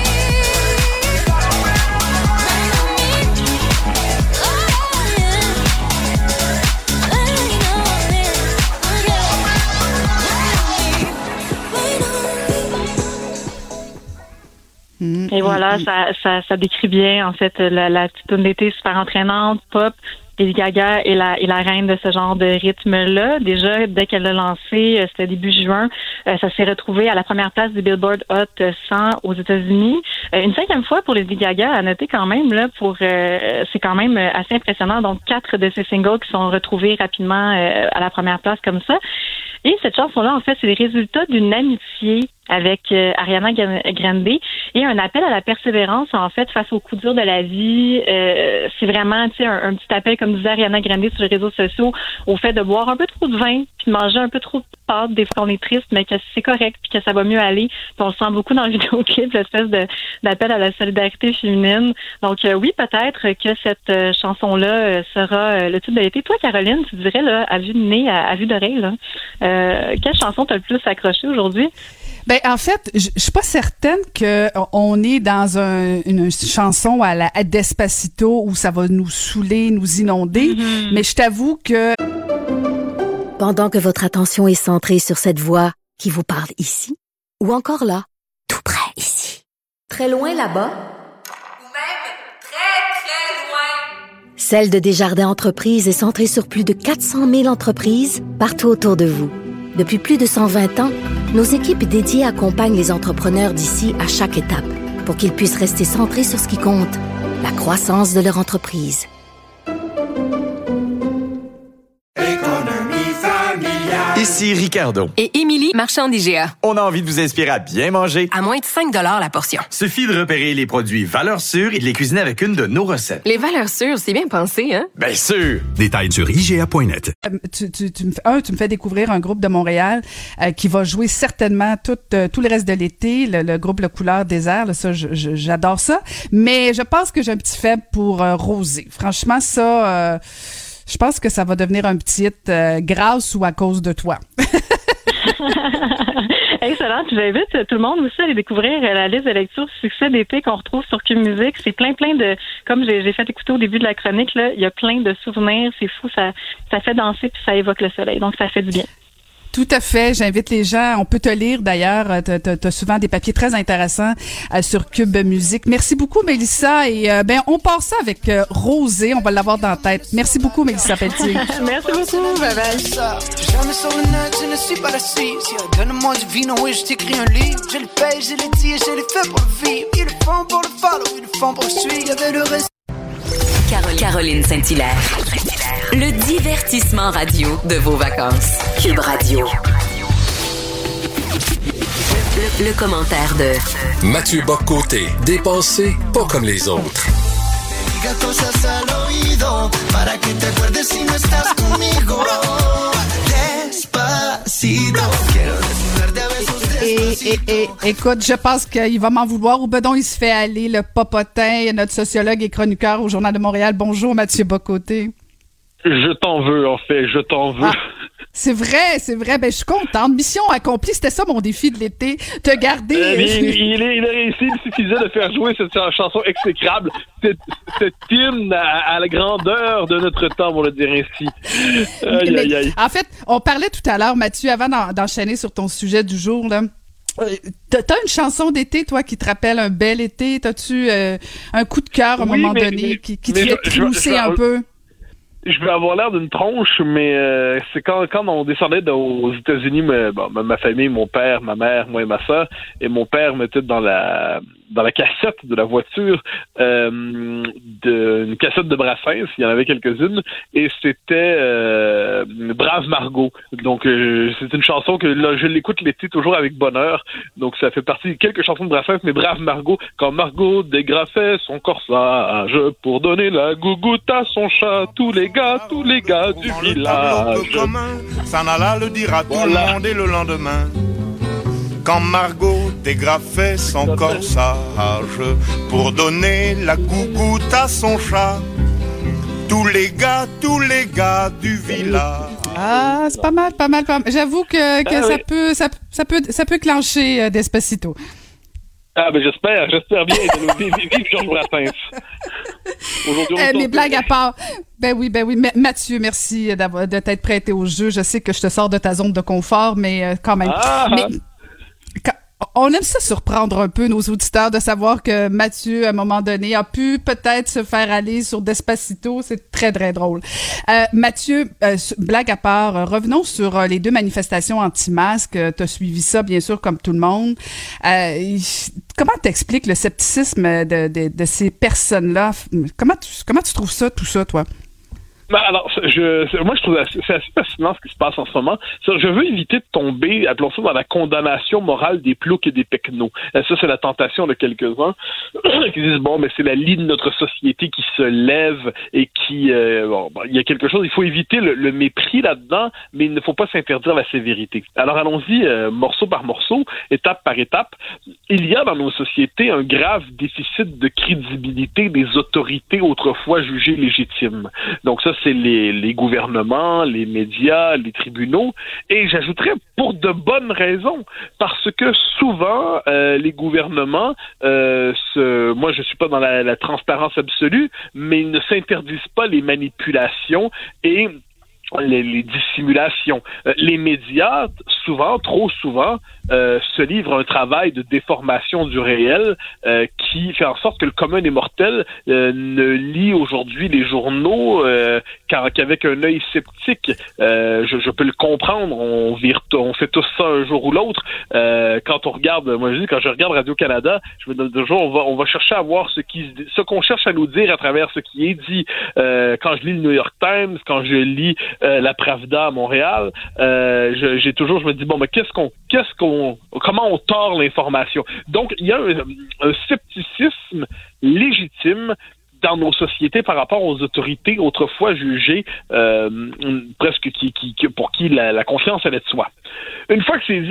Et voilà, ça décrit bien en fait la petite tune d'été super entraînante, pop. Lady Gaga est la reine de ce genre de rythme-là. Déjà, dès qu'elle l'a lancé, c'était début juin, ça s'est retrouvé à la première place du Billboard Hot 100 aux États-Unis. Une 5e fois pour Lady Gaga, à noter quand même, là, c'est quand même assez impressionnant. Donc, 4 de ces singles qui sont retrouvés rapidement à la première place comme ça. Et cette chanson-là, en fait, c'est les résultats d'une amitié avec Ariana Grande et un appel à la persévérance, en fait, face aux coups durs de la vie. C'est vraiment, tu sais, un petit appel, comme disait Ariana Grande sur les réseaux sociaux, au fait de boire un peu trop de vin, puis de manger un peu trop de pâtes, des fois on est triste, mais que c'est correct, puis que ça va mieux aller. Puis on le sent beaucoup dans le vidéoclip, l'espèce d'appel à la solidarité féminine. Donc oui, peut-être que cette chanson-là sera le titre de l'été. Toi, Caroline, tu dirais, là, à vue de nez, à vue d'oreille, là, quelle chanson t'as le plus accroché aujourd'hui? Ben en fait, je suis pas certaine que on est dans une chanson à la Despacito où ça va nous saouler, nous inonder, mais je t'avoue que pendant que votre attention est centrée sur cette voix qui vous parle ici ou encore là, tout près ici, très loin là-bas, ou même très loin. Celle de Desjardins Entreprises est centrée sur plus de 400 000 entreprises partout autour de vous. Depuis plus de 120 ans, nos équipes dédiées accompagnent les entrepreneurs d'ici à chaque étape pour qu'ils puissent rester centrés sur ce qui compte, la croissance de leur entreprise. Ici Ricardo. Et Émilie, marchand d'IGA. On a envie de vous inspirer à bien manger. À moins de 5 $ la portion. Suffit de repérer les produits valeurs sûres et de les cuisiner avec une de nos recettes. Les valeurs sûres, c'est bien pensé, hein? Bien sûr! Détails sur IGA.net. Tu me fais découvrir un groupe de Montréal qui va jouer certainement tout le reste de l'été, le groupe Le Couleur Désert. Là, ça, j'adore ça. Mais je pense que j'ai un petit faible pour Rosé. Franchement, ça... je pense que ça va devenir un petit hit grâce ou à cause de toi. Excellent. Puis j'invite tout le monde aussi à aller découvrir la liste de lecture succès d'été qu'on retrouve sur Cube Musique. C'est plein de... Comme j'ai fait écouter au début de la chronique, là, il y a plein de souvenirs. C'est fou. Ça fait danser puis ça évoque le soleil. Donc, ça fait du bien. Tout à fait. J'invite les gens. On peut te lire d'ailleurs. T'as souvent des papiers très intéressants sur Cube Musique. Merci beaucoup, Mélissa. Et on part ça avec Rosé. On va l'avoir dans la tête. Merci beaucoup, Mélissa Pelletier. Merci beaucoup. Bye bye. Jamais sur le net, je ne suis pas la cible. Donne-moi du vino et je t'écris un livre. Je le paye, je le dis et je le fais pour le vivre. Ils le font pour le follow, ils le font pour le suivre. Y'avait le reste. Caroline Saint-Hilaire. Le divertissement radio de vos vacances. Cube Radio. Le commentaire de Mathieu Bock-Côté. Dépensé pas comme les autres. Et écoute, je pense qu'il va m'en vouloir. Ou bedon, il se fait aller, le popotin, notre sociologue et chroniqueur au Journal de Montréal. Bonjour, Mathieu Bock-Côté. Je t'en veux, en fait, je t'en veux. Ah, c'est vrai. Ben, je suis contente. Mission accomplie, c'était ça mon défi de l'été. Te garder. Il a réussi, il suffisait de faire jouer cette chanson exécrable, cette hymne à la grandeur de notre temps, pour le dire ainsi. Aïe. En fait, on parlait tout à l'heure, Mathieu, avant d'enchaîner sur ton sujet du jour, là. T'as une chanson d'été, toi, qui te rappelle un bel été? T'as-tu un coup de cœur à un moment donné qui te fait trousser un peu? Je vais avoir l'air d'une tronche, mais c'est quand on descendait aux États-Unis, ma famille, mon père, ma mère, moi et ma sœur, et mon père mettait dans la cassette de la voiture une cassette de Brassens, il y en avait quelques-unes, et c'était Brave Margot. Donc c'est une chanson que là, je l'écoute l'été toujours avec bonheur. Donc ça fait partie de quelques chansons de Brassens, mais Brave Margot, quand Margot dégrafait son corsage pour donner la gougoute à son chat, tous les gars du village. S'en alla le dire à tout le monde et le lendemain, quand Margot dégrafait son corsage pour donner la gougoute à son chat, tous les gars du village. Ah, c'est pas mal. J'avoue que ça peut clencher Despacito. Ah, ben j'espère bien. Vive Georges Brassens. Mais blague à part. Ben oui. Mathieu, merci de t'être prêté au jeu. Je sais que je te sors de ta zone de confort, mais quand même. On aime ça surprendre un peu nos auditeurs de savoir que Mathieu, à un moment donné, a pu peut-être se faire aller sur Despacito. C'est très, très drôle. Mathieu, blague à part, revenons sur les 2 manifestations anti-masques. T'as suivi ça, bien sûr, comme tout le monde. Comment t'expliques le scepticisme de ces personnes-là? Comment tu trouves ça, tout ça, toi? Alors, moi, je trouve c'est assez fascinant ce qui se passe en ce moment. Je veux éviter de tomber, appelons ça, dans la condamnation morale des ploucs et des pecnos. Ça, c'est la tentation de quelques-uns qui disent, mais c'est la lie de notre société qui se lève et qui... il y a quelque chose, il faut éviter le mépris là-dedans, mais il ne faut pas s'interdire la sévérité. Alors, allons-y, morceau par morceau, étape par étape. Il y a dans nos sociétés un grave déficit de crédibilité des autorités autrefois jugées légitimes. Donc ça, c'est les gouvernements, les médias, les tribunaux, et j'ajouterais pour de bonnes raisons, parce que souvent, les gouvernements, moi je suis pas dans la transparence absolue, mais ils ne s'interdisent pas les manipulations et les dissimulations. Les médias, trop souvent, se livrent à un travail de déformation du réel qui fait en sorte que le commun des mortels ne lit aujourd'hui les journaux qu'avec un œil sceptique. Je peux le comprendre, on fait tous ça un jour ou l'autre. Quand on regarde, moi je dis, quand je regarde Radio-Canada, je me donne toujours, on va chercher à voir ce qu'on cherche à nous dire à travers ce qui est dit. Quand je lis le New York Times, quand je lis la Pravda à Montréal, je me dis, bon, mais comment on tord l'information? Donc, il y a un scepticisme légitime dans nos sociétés par rapport aux autorités autrefois jugées presque pour qui la confiance allait de soi. Une fois que c'est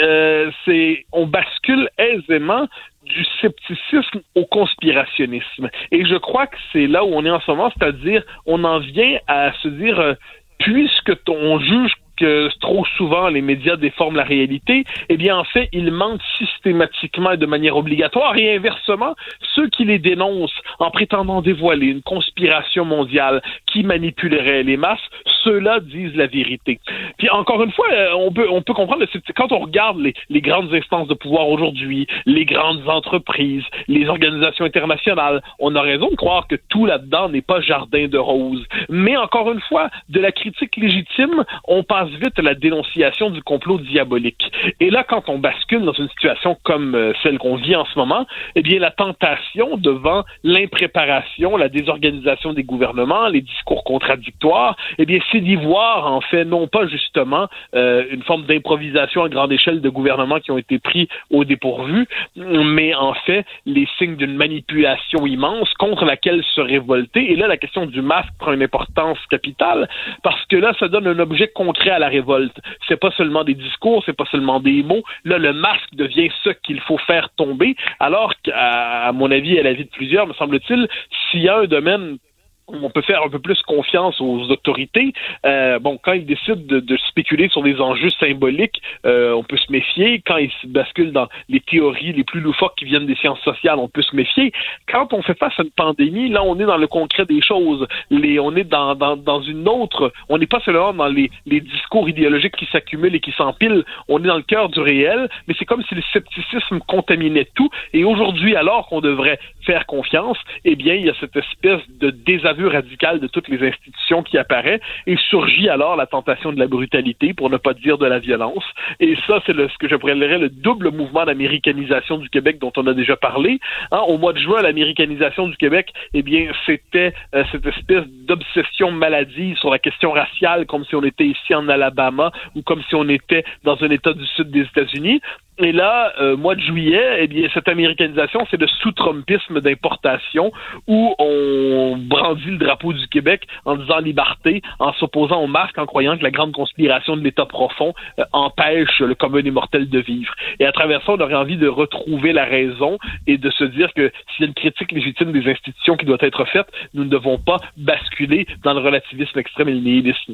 dit, on bascule aisément du scepticisme au conspirationnisme. Et je crois que c'est là où on est en ce moment, c'est-à-dire on en vient à se dire puisque on juge que trop souvent les médias déforment la réalité, eh bien en fait, ils mentent systématiquement et de manière obligatoire, et inversement, ceux qui les dénoncent en prétendant dévoiler une conspiration mondiale qui manipulerait les masses, ceux-là disent la vérité. Puis encore une fois, on peut comprendre, quand on regarde les grandes instances de pouvoir aujourd'hui, les grandes entreprises, les organisations internationales, on a raison de croire que tout là-dedans n'est pas jardin de roses. Mais encore une fois, de la critique légitime, on passe vite à la dénonciation du complot diabolique. Et là, quand on bascule dans une situation comme celle qu'on vit en ce moment, eh bien, la tentation devant l'impréparation, la désorganisation des gouvernements, les discours contradictoires, eh bien, c'est d'y voir, en fait, non pas justement une forme d'improvisation à grande échelle de gouvernements qui ont été pris au dépourvu, mais en fait, les signes d'une manipulation immense contre laquelle se révolter. Et là, la question du masque prend une importance capitale, parce que là, ça donne un objet concret à la révolte. C'est pas seulement des discours, c'est pas seulement des mots. Là, le masque devient ce qu'il faut faire tomber, alors qu'à mon avis, à l'avis de plusieurs, me semble-t-il, s'il y a un domaine on peut faire un peu plus confiance aux autorités. Quand ils décident de spéculer sur des enjeux symboliques, on peut se méfier. Quand ils basculent dans les théories les plus loufoques qui viennent des sciences sociales, on peut se méfier. Quand on fait face à une pandémie, là, on est dans le concret des choses. On est dans une autre... On n'est pas seulement dans les discours idéologiques qui s'accumulent et qui s'empilent. On est dans le cœur du réel, mais c'est comme si le scepticisme contaminait tout. Et aujourd'hui, alors qu'on devrait faire confiance, eh bien, il y a cette espèce de désaveu radical de toutes les institutions qui apparaît et surgit alors la tentation de la brutalité, pour ne pas dire de la violence. Et ça, c'est ce que j'appellerais le double mouvement d'américanisation du Québec dont on a déjà parlé. Au mois de juin, l'américanisation du Québec, eh bien, c'était cette espèce d'obsession maladive sur la question raciale, comme si on était ici en Alabama ou comme si on était dans un État du sud des États-Unis. Et là, mois de juillet, eh bien, cette américanisation, c'est le sous-trumpisme d'importation où on brandit le drapeau du Québec en disant liberté, en s'opposant au masque, en croyant que la grande conspiration de l'État profond empêche le commun des mortels de vivre. Et à travers ça, on aurait envie de retrouver la raison et de se dire que s'il y a une critique légitime des institutions qui doit être faite, nous ne devons pas basculer dans le relativisme extrême et le nihilisme.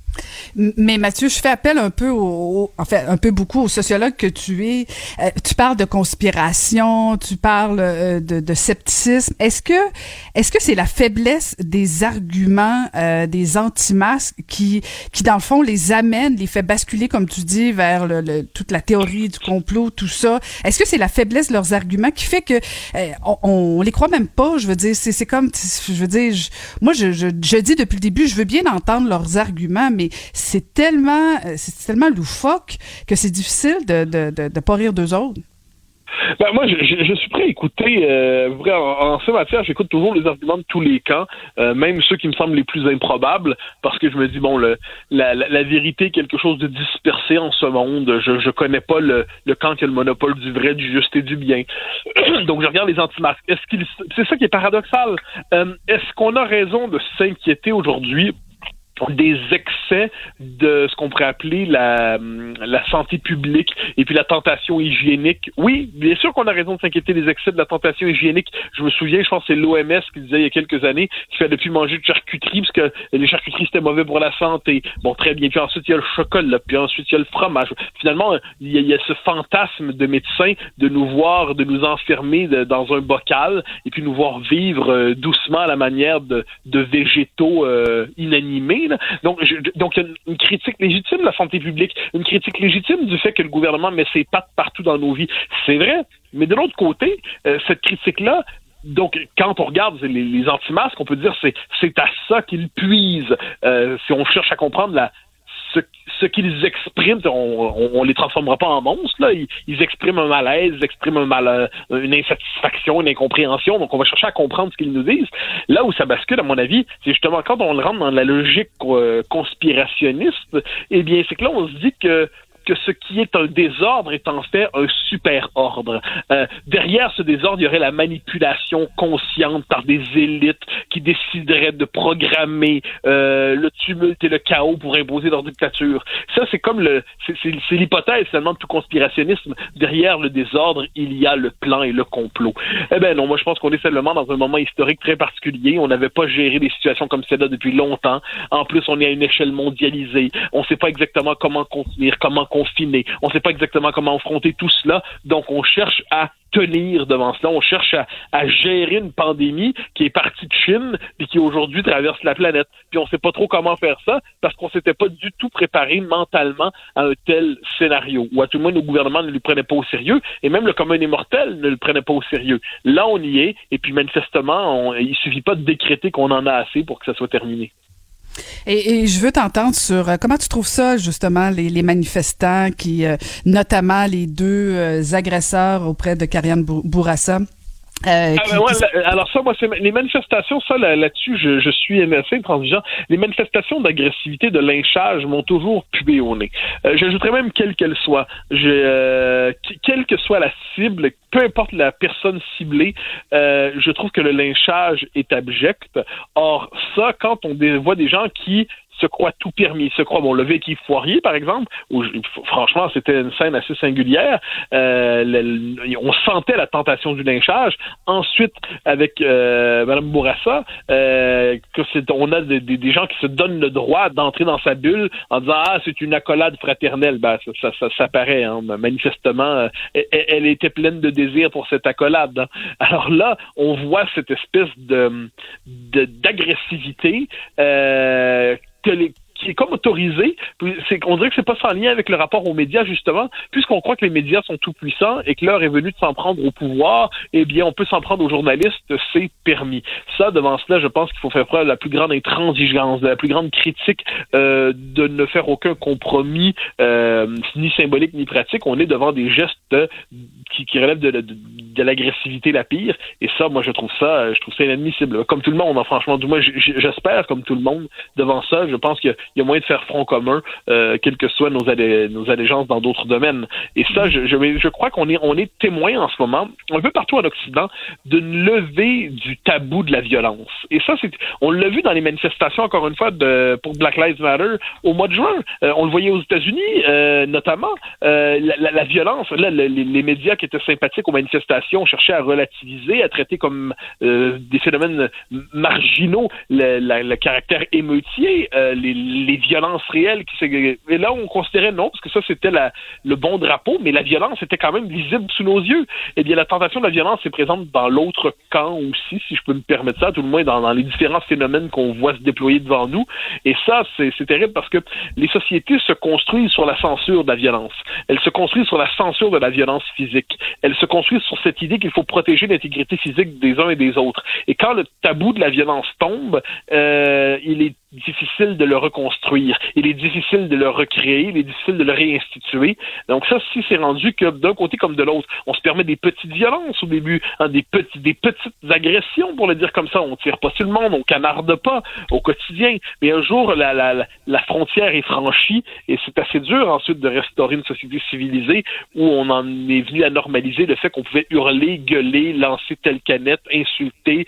Mais Mathieu, je fais appel un peu un peu beaucoup au sociologue que tu es. Tu parles de conspiration, tu parles de scepticisme. Est-ce que c'est la faiblesse des arguments des anti-masques qui dans le fond les amène, les fait basculer, comme tu dis, vers toute la théorie du complot, tout ça? Est-ce que c'est la faiblesse de leurs arguments qui fait que on les croit même pas? Je veux dire, c'est comme, je veux dire, moi je dis depuis le début, je veux bien entendre leurs arguments, mais c'est tellement loufoque que c'est difficile de pas rire d'eux autres. Moi, je suis prêt à écouter. En ce matière, j'écoute toujours les arguments de tous les camps, même ceux qui me semblent les plus improbables, parce que je me dis, bon, la vérité est quelque chose de dispersé en ce monde. Je connais pas le camp qui a le monopole du vrai, du juste et du bien. Donc, je regarde les anti-masques. C'est ça qui est paradoxal. Est-ce qu'on a raison de s'inquiéter aujourd'hui des excès de ce qu'on pourrait appeler la santé publique et puis la tentation hygiénique? Oui, bien sûr qu'on a raison de s'inquiéter des excès de la tentation hygiénique. Je me souviens, je pense que c'est l'OMS qui disait il y a quelques années qu'il fallait plus manger de charcuterie parce que les charcuteries c'était mauvais pour la santé. Bon, très bien. Puis ensuite il y a le chocolat, puis ensuite il y a le fromage. Finalement, il y a ce fantasme de médecins de nous voir, de nous enfermer dans un bocal et puis nous voir vivre doucement à la manière de végétaux inanimés. Donc, il y a une critique légitime de la santé publique, une critique légitime du fait que le gouvernement met ses pattes partout dans nos vies. C'est vrai, mais de l'autre côté, cette critique-là, donc, quand on regarde les anti-masques, on peut dire c'est à ça qu'ils puisent. Si on cherche à comprendre ce qu'ils expriment, on les transformera pas en monstres, là. Ils expriment un malaise, ils expriment une insatisfaction, une incompréhension, donc on va chercher à comprendre ce qu'ils nous disent. Là où ça bascule, à mon avis, c'est justement quand on rentre dans la logique conspirationniste, eh bien, c'est que là, on se dit que ce qui est un désordre est en fait un super ordre. Derrière ce désordre, il y aurait la manipulation consciente par des élites qui décideraient de programmer le tumulte et le chaos pour imposer leur dictature. Ça, c'est comme c'est l'hypothèse finalement de tout conspirationnisme. Derrière le désordre, il y a le plan et le complot. Eh ben non, moi je pense qu'on est seulement dans un moment historique très particulier. On n'avait pas géré des situations comme celle-là depuis longtemps. En plus, on est à une échelle mondialisée. On ne sait pas exactement comment contenir, comment confiner. On ne sait pas exactement comment affronter tout cela. Donc, on cherche à tenir devant cela. On cherche à gérer une pandémie qui est partie de Chine et qui aujourd'hui traverse la planète. Puis on ne sait pas trop comment faire ça parce qu'on s'était pas du tout préparé mentalement à un tel scénario. Ou à tout le moins, nos gouvernements ne le prenaient pas au sérieux et même le commun des mortels ne le prenait pas au sérieux. Là, on y est et puis manifestement, il suffit pas de décréter qu'on en a assez pour que ça soit terminé. Et je veux t'entendre sur comment tu trouves ça, justement, les manifestants qui, notamment les deux agresseurs auprès de Kariane Bourassa. Alors ça, moi, c'est les manifestations, ça là-dessus, je suis assez intransigeant. Les manifestations d'agressivité, de lynchage m'ont toujours pué au nez. J'ajouterais même quelle qu'elle soit. Quelle que soit la cible, peu importe la personne ciblée, je trouve que le lynchage est abject. Or, ça, quand on voit des gens qui se croient tout permis, se croient, le Vicky Poirier, par exemple, où franchement, c'était une scène assez singulière. On sentait la tentation du lynchage. Ensuite, avec Mme Bourassa, on a des gens qui se donnent le droit d'entrer dans sa bulle en disant « Ah, c'est une accolade fraternelle ». Ben, ça paraît, hein, manifestement, elle était pleine de désir pour cette accolade. Hein. Alors là, on voit cette espèce d'agressivité qui est comme autorisé, on dirait que c'est pas sans lien avec le rapport aux médias, justement, puisqu'on croit que les médias sont tout puissants et que l'heure est venue de s'en prendre au pouvoir, eh bien, on peut s'en prendre aux journalistes, c'est permis. Ça, devant cela, je pense qu'il faut faire preuve de la plus grande intransigeance, de la plus grande critique, de ne faire aucun compromis, ni symbolique ni pratique. On est devant des gestes qui relèvent de l'agressivité la pire, et ça, moi, je trouve ça inadmissible. Comme tout le monde, franchement, du moins, j'espère, comme tout le monde, devant ça, je pense qu'il y a moyen de faire front commun, quelles que soient nos allégeances dans d'autres domaines. Et ça, je crois qu'on est témoin en ce moment, un peu partout en Occident, d'une levée du tabou de la violence. Et ça, on l'a vu dans les manifestations, encore une fois, pour Black Lives Matter au mois de juin. On le voyait aux États-Unis, notamment. La violence, là, les médias qui étaient sympathiques aux manifestations cherchaient à relativiser, à traiter comme des phénomènes marginaux le caractère émeutier, les violences réelles. Et là, on considérait non, parce que ça, c'était le bon drapeau, mais la violence était quand même visible sous nos yeux. Eh bien, la tentation de la violence est présente dans l'autre camp aussi, si je peux me permettre ça, tout le moins dans les différents phénomènes qu'on voit se déployer devant nous. Et ça, c'est terrible parce que les sociétés se construisent sur la censure de la violence. Elles se construisent sur la censure de la violence physique. Elles se construisent sur cette idée qu'il faut protéger l'intégrité physique des uns et des autres. Et quand le tabou de la violence tombe, il est difficile de le reconstruire, il est difficile de le recréer, il est difficile de le réinstituer. Donc ça, si c'est rendu que d'un côté comme de l'autre, on se permet des petites violences au début, hein, des petites agressions, pour le dire comme ça, on tire pas sur le monde, on canarde pas au quotidien, mais un jour la frontière est franchie et c'est assez dur ensuite de restaurer une société civilisée où on en est venu à normaliser le fait qu'on pouvait hurler, gueuler, lancer telle canette, insulter,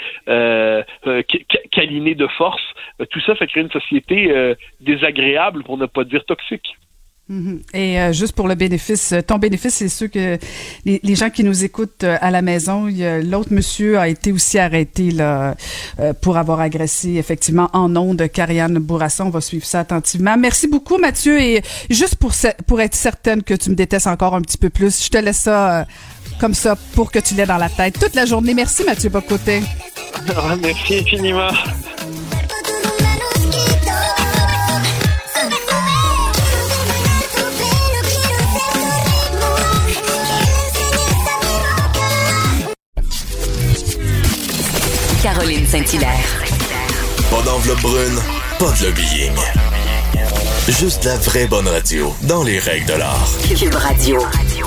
câliner de force. Tout ça fait créer une société désagréable, pour ne pas dire toxique. Mm-hmm. Et juste pour le bénéfice, ton bénéfice, c'est sûr que les gens qui nous écoutent à la maison, l'autre monsieur a été aussi arrêté là pour avoir agressé effectivement en nom de Kariane Bourassa. On va suivre ça attentivement. Merci beaucoup, Mathieu. Et juste pour être certaine que tu me détestes encore un petit peu plus, je te laisse ça comme ça pour que tu l'aies dans la tête toute la journée. Merci, Mathieu Bocoté. Merci infiniment. Caroline Saint-Hilaire. Pas d'enveloppe brune, pas de lobbying. Juste la vraie bonne radio, dans les règles de l'art. Cube Radio.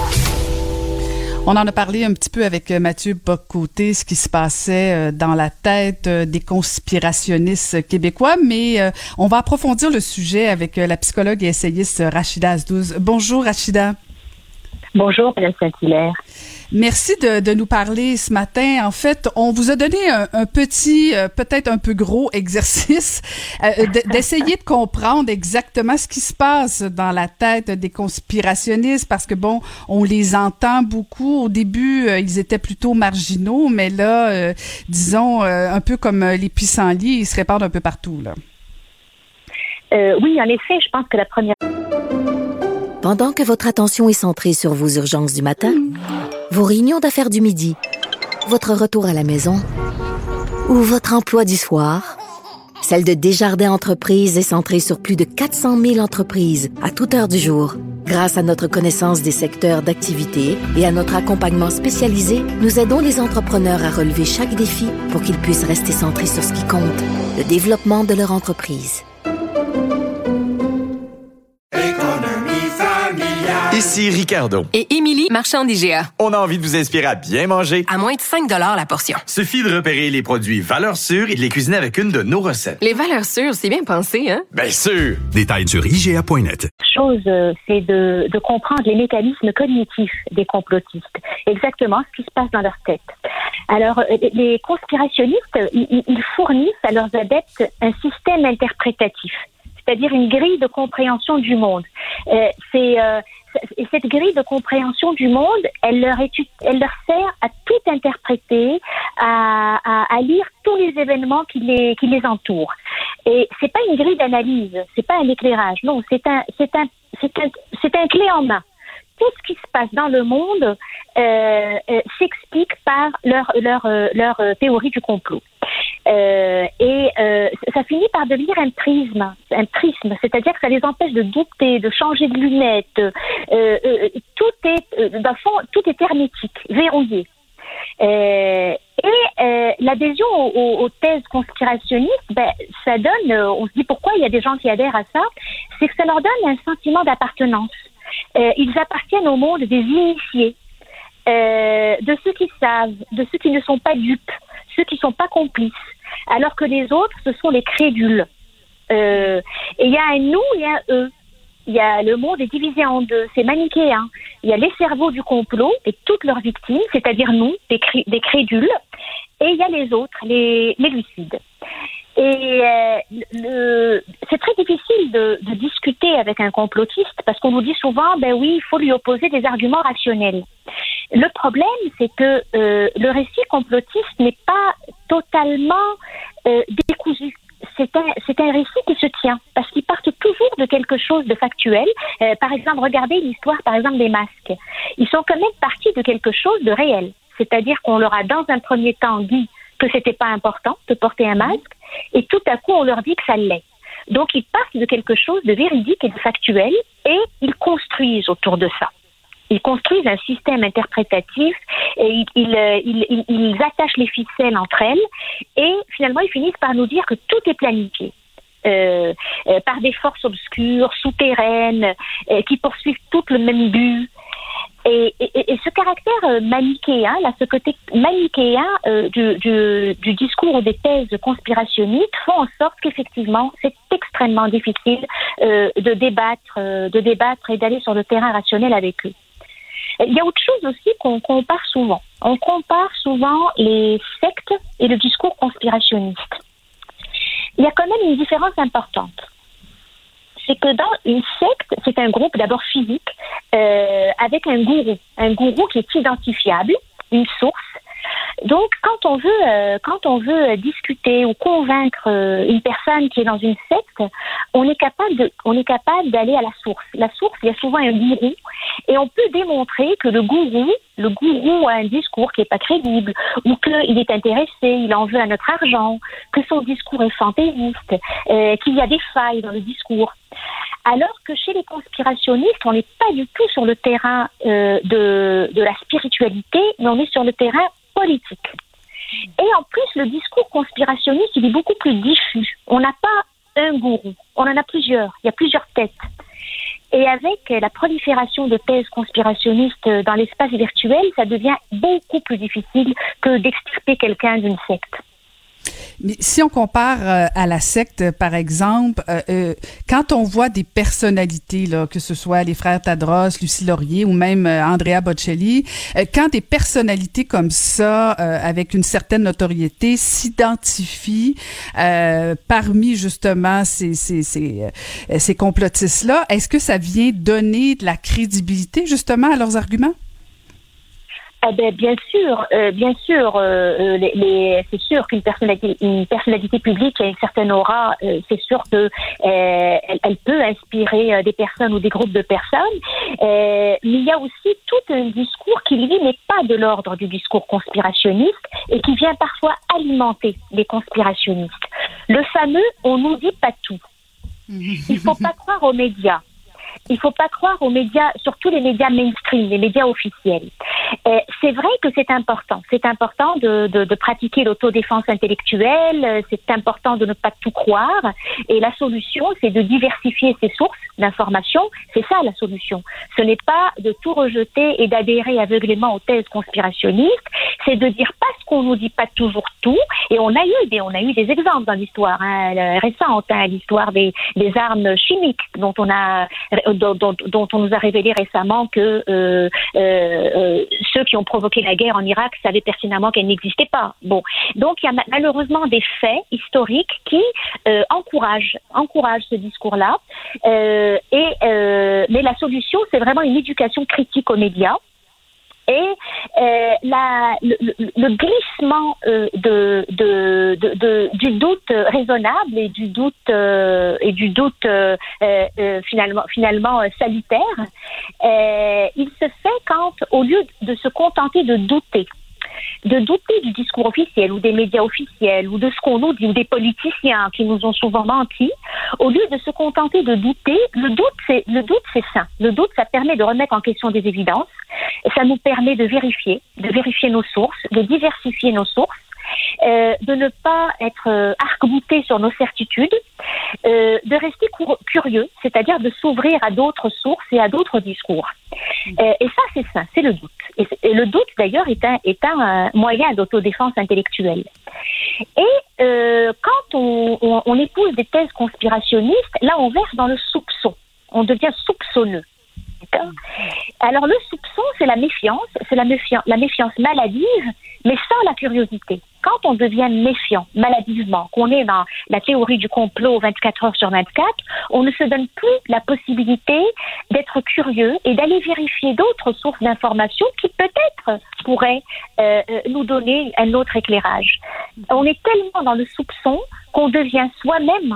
On en a parlé un petit peu avec Mathieu Bock-Côté, ce qui se passait dans la tête des conspirationnistes québécois, mais on va approfondir le sujet avec la psychologue et essayiste Rachida Azdouz. Bonjour Rachida. Bonjour Mme Saint-Hilaire. Merci de nous parler ce matin. En fait, on vous a donné un petit, peut-être un peu gros exercice d'essayer de comprendre exactement ce qui se passe dans la tête des conspirationnistes parce que, bon, on les entend beaucoup. Au début, ils étaient plutôt marginaux, mais là, disons, un peu comme les pissenlits, ils se répandent un peu partout, là. Oui, en effet, je pense que la première... Pendant que votre attention est centrée sur vos urgences du matin, vos réunions d'affaires du midi, votre retour à la maison ou votre emploi du soir, celle de Desjardins Entreprises est centrée sur plus de 400 000 entreprises à toute heure du jour. Grâce à notre connaissance des secteurs d'activité et à notre accompagnement spécialisé, nous aidons les entrepreneurs à relever chaque défi pour qu'ils puissent rester centrés sur ce qui compte, le développement de leur entreprise. Ici Ricardo. Et Émilie, marchand d'IGA. On a envie de vous inspirer à bien manger. À moins de 5 $ la portion. Suffit de repérer les produits valeurs sûres et de les cuisiner avec une de nos recettes. Les valeurs sûres, c'est bien pensé, hein? Bien sûr! Détails sur IGA.net. C'est de comprendre les mécanismes cognitifs des complotistes. Exactement ce qui se passe dans leur tête. Alors, les conspirationnistes, ils fournissent à leurs adeptes un système interprétatif, c'est-à-dire une grille de compréhension du monde. Et cette grille de compréhension du monde, elle leur sert à tout interpréter, à lire tous les événements qui les entourent. Et c'est pas une grille d'analyse, c'est pas un éclairage, non, c'est un clé en main. Tout ce qui se passe dans le monde s'explique par leur théorie du complot. Ça finit par devenir un prisme, c'est-à-dire que ça les empêche de douter, de changer de lunettes. Tout est hermétique, verrouillé. L'adhésion aux thèses conspirationnistes, ça donne, on se dit pourquoi il y a des gens qui adhèrent à ça, c'est que ça leur donne un sentiment d'appartenance. Ils appartiennent au monde des initiés, de ceux qui savent, de ceux qui ne sont pas dupes, ceux qui ne sont pas complices, alors que les autres, ce sont les crédules. Et il y a un nous et un eux. Le monde est divisé en deux, c'est manichéen. Il y a les cerveaux du complot et toutes leurs victimes, c'est-à-dire nous, des crédules, et il y a les autres, les lucides. Et c'est très difficile de discuter avec un complotiste parce qu'on nous dit souvent, oui, il faut lui opposer des arguments rationnels. Le problème, c'est que le récit complotiste n'est pas totalement décousu. C'est un récit qui se tient parce qu'ils partent toujours de quelque chose de factuel. Par exemple, regardez l'histoire, par exemple, des masques. Ils sont quand même partis de quelque chose de réel. C'est-à-dire qu'on leur a dans un premier temps dit que c'était pas important de porter un masque et tout à coup on leur dit que ça l'est. Donc ils partent de quelque chose de véridique et de factuel et ils construisent autour de ça. Ils construisent un système interprétatif et ils attachent les ficelles entre elles et finalement ils finissent par nous dire que tout est planifié. Par des forces obscures, souterraines, qui poursuivent toutes le même but. Et ce caractère manichéen, ce côté manichéen du discours ou des thèses conspirationnistes font en sorte qu'effectivement, c'est extrêmement difficile de débattre et d'aller sur le terrain rationnel avec eux. Il y a autre chose aussi qu'on compare souvent. On compare souvent les sectes et le discours conspirationniste. Il y a quand même une différence importante. C'est que dans une secte, c'est un groupe d'abord physique avec un gourou qui est identifiable, une source. Donc, quand on veut discuter ou convaincre une personne qui est dans une secte, on est capable d'aller à la source. La source, il y a souvent un gourou, et on peut démontrer que le gourou a un discours qui est pas crédible, ou qu'il est intéressé, il en veut à notre argent, que son discours est fantaisiste, qu'il y a des failles dans le discours. Alors que chez les conspirationnistes, on n'est pas du tout sur le terrain de la spiritualité, mais on est sur le terrain politique. Et en plus, le discours conspirationniste, il est beaucoup plus diffus. On n'a pas un gourou. On en a plusieurs. Il y a plusieurs têtes. Et avec la prolifération de thèses conspirationnistes dans l'espace virtuel, ça devient beaucoup plus difficile que d'extirper quelqu'un d'une secte. Mais si on compare à la secte, par exemple, quand on voit des personnalités, là, que ce soit les frères Tadros, Lucie Laurier ou même Andrea Bocelli, quand des personnalités comme ça, avec une certaine notoriété, s'identifient parmi justement ces complotistes-là, est-ce que ça vient donner de la crédibilité justement à leurs arguments? Bien sûr, c'est sûr qu'une personnalité publique qui a une certaine aura, c'est sûr que elle peut inspirer des personnes ou des groupes de personnes. Mais il y a aussi tout un discours qui lui n'est pas de l'ordre du discours conspirationniste et qui vient parfois alimenter les conspirationnistes. Le fameux « on nous dit pas tout ». Il faut pas croire aux médias. Il faut pas croire aux médias, surtout les médias mainstream, les médias officiels. C'est vrai que c'est important. C'est important de pratiquer l'autodéfense intellectuelle. C'est important de ne pas tout croire. Et la solution, c'est de diversifier ses sources d'information. C'est ça la solution. Ce n'est pas de tout rejeter et d'adhérer aveuglément aux thèses conspirationnistes. C'est de dire parce qu'on nous dit pas toujours tout. Et on a eu des exemples dans l'histoire récente, l'histoire des armes chimiques dont on nous a révélé récemment que ceux qui ont provoqué la guerre en Irak savaient pertinemment qu'elle n'existait pas. Bon, donc il y a malheureusement des faits historiques qui encouragent ce discours-là. Mais la solution, c'est vraiment une éducation critique aux médias. Et le glissement du doute raisonnable et du doute finalement salutaire, il se fait quand, au lieu de se contenter de douter du discours officiel ou des médias officiels ou de ce qu'on nous dit ou des politiciens qui nous ont souvent menti, au lieu de se contenter de douter, le doute c'est sain. Le doute, ça permet de remettre en question des évidences, ça nous permet de vérifier nos sources, de diversifier nos sources, de ne pas être arc-bouté sur nos certitudes, de rester curieux, c'est-à-dire de s'ouvrir à d'autres sources et à d'autres discours. Et ça, c'est ça, c'est le doute. Et le doute, d'ailleurs, est un moyen d'autodéfense intellectuelle. Et quand on épouse des thèses conspirationnistes, là, on verse dans le soupçon. On devient soupçonneux. Alors le soupçon, c'est la méfiance maladive, mais sans la curiosité. Quand on devient méfiant, maladivement, qu'on est dans la théorie du complot 24 heures sur 24, on ne se donne plus la possibilité d'être curieux et d'aller vérifier d'autres sources d'informations qui peut-être pourraient nous donner un autre éclairage. On est tellement dans le soupçon qu'on devient soi-même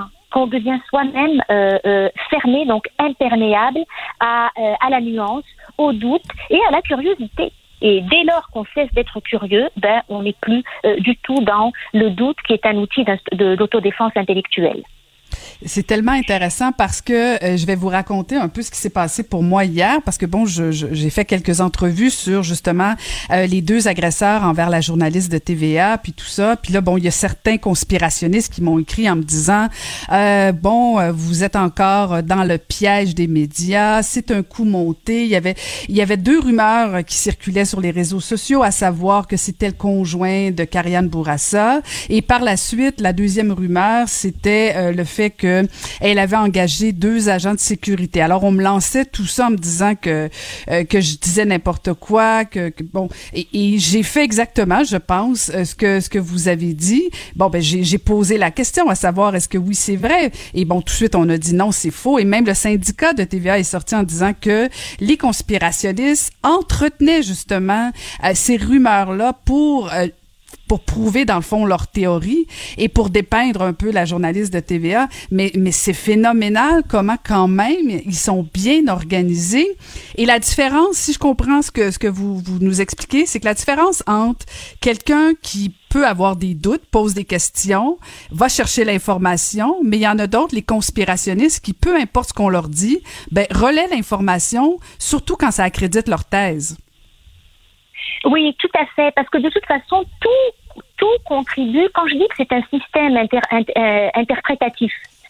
fermé, donc imperméable à la nuance, au doute et à la curiosité. Et dès lors qu'on cesse d'être curieux, on n'est plus du tout dans le doute qui est un outil d'autodéfense intellectuelle. C'est tellement intéressant parce que je vais vous raconter un peu ce qui s'est passé pour moi hier, parce que bon, j'ai fait quelques entrevues sur justement les deux agresseurs envers la journaliste de TVA, puis tout ça. Puis là, bon, il y a certains conspirationnistes qui m'ont écrit en me disant vous êtes encore dans le piège des médias, c'est un coup monté. Il y avait deux rumeurs qui circulaient sur les réseaux sociaux, à savoir que c'était le conjoint de Kariane Bourassa, et par la suite, la deuxième rumeur, c'était le fait qu'elle avait engagé 2 agents de sécurité. Alors, on me lançait tout ça en me disant que je disais n'importe quoi, et j'ai fait exactement, je pense, ce que vous avez dit. Bon, j'ai posé la question à savoir est-ce que oui, c'est vrai? Et bon, tout de suite, on a dit non, c'est faux. Et même le syndicat de TVA est sorti en disant que les conspirationnistes entretenaient justement ces rumeurs-là pour prouver, dans le fond, leur théorie et pour dépeindre un peu la journaliste de TVA. Mais c'est phénoménal comment, quand même, ils sont bien organisés. Et la différence, si je comprends ce que vous nous expliquez, c'est que la différence entre quelqu'un qui peut avoir des doutes, pose des questions, va chercher l'information, mais il y en a d'autres, les conspirationnistes, qui, peu importe ce qu'on leur dit, relaient l'information, surtout quand ça accrédite leur thèse. Oui, tout à fait, parce que de toute façon, tout contribue. Quand je dis que c'est un système interprétatif,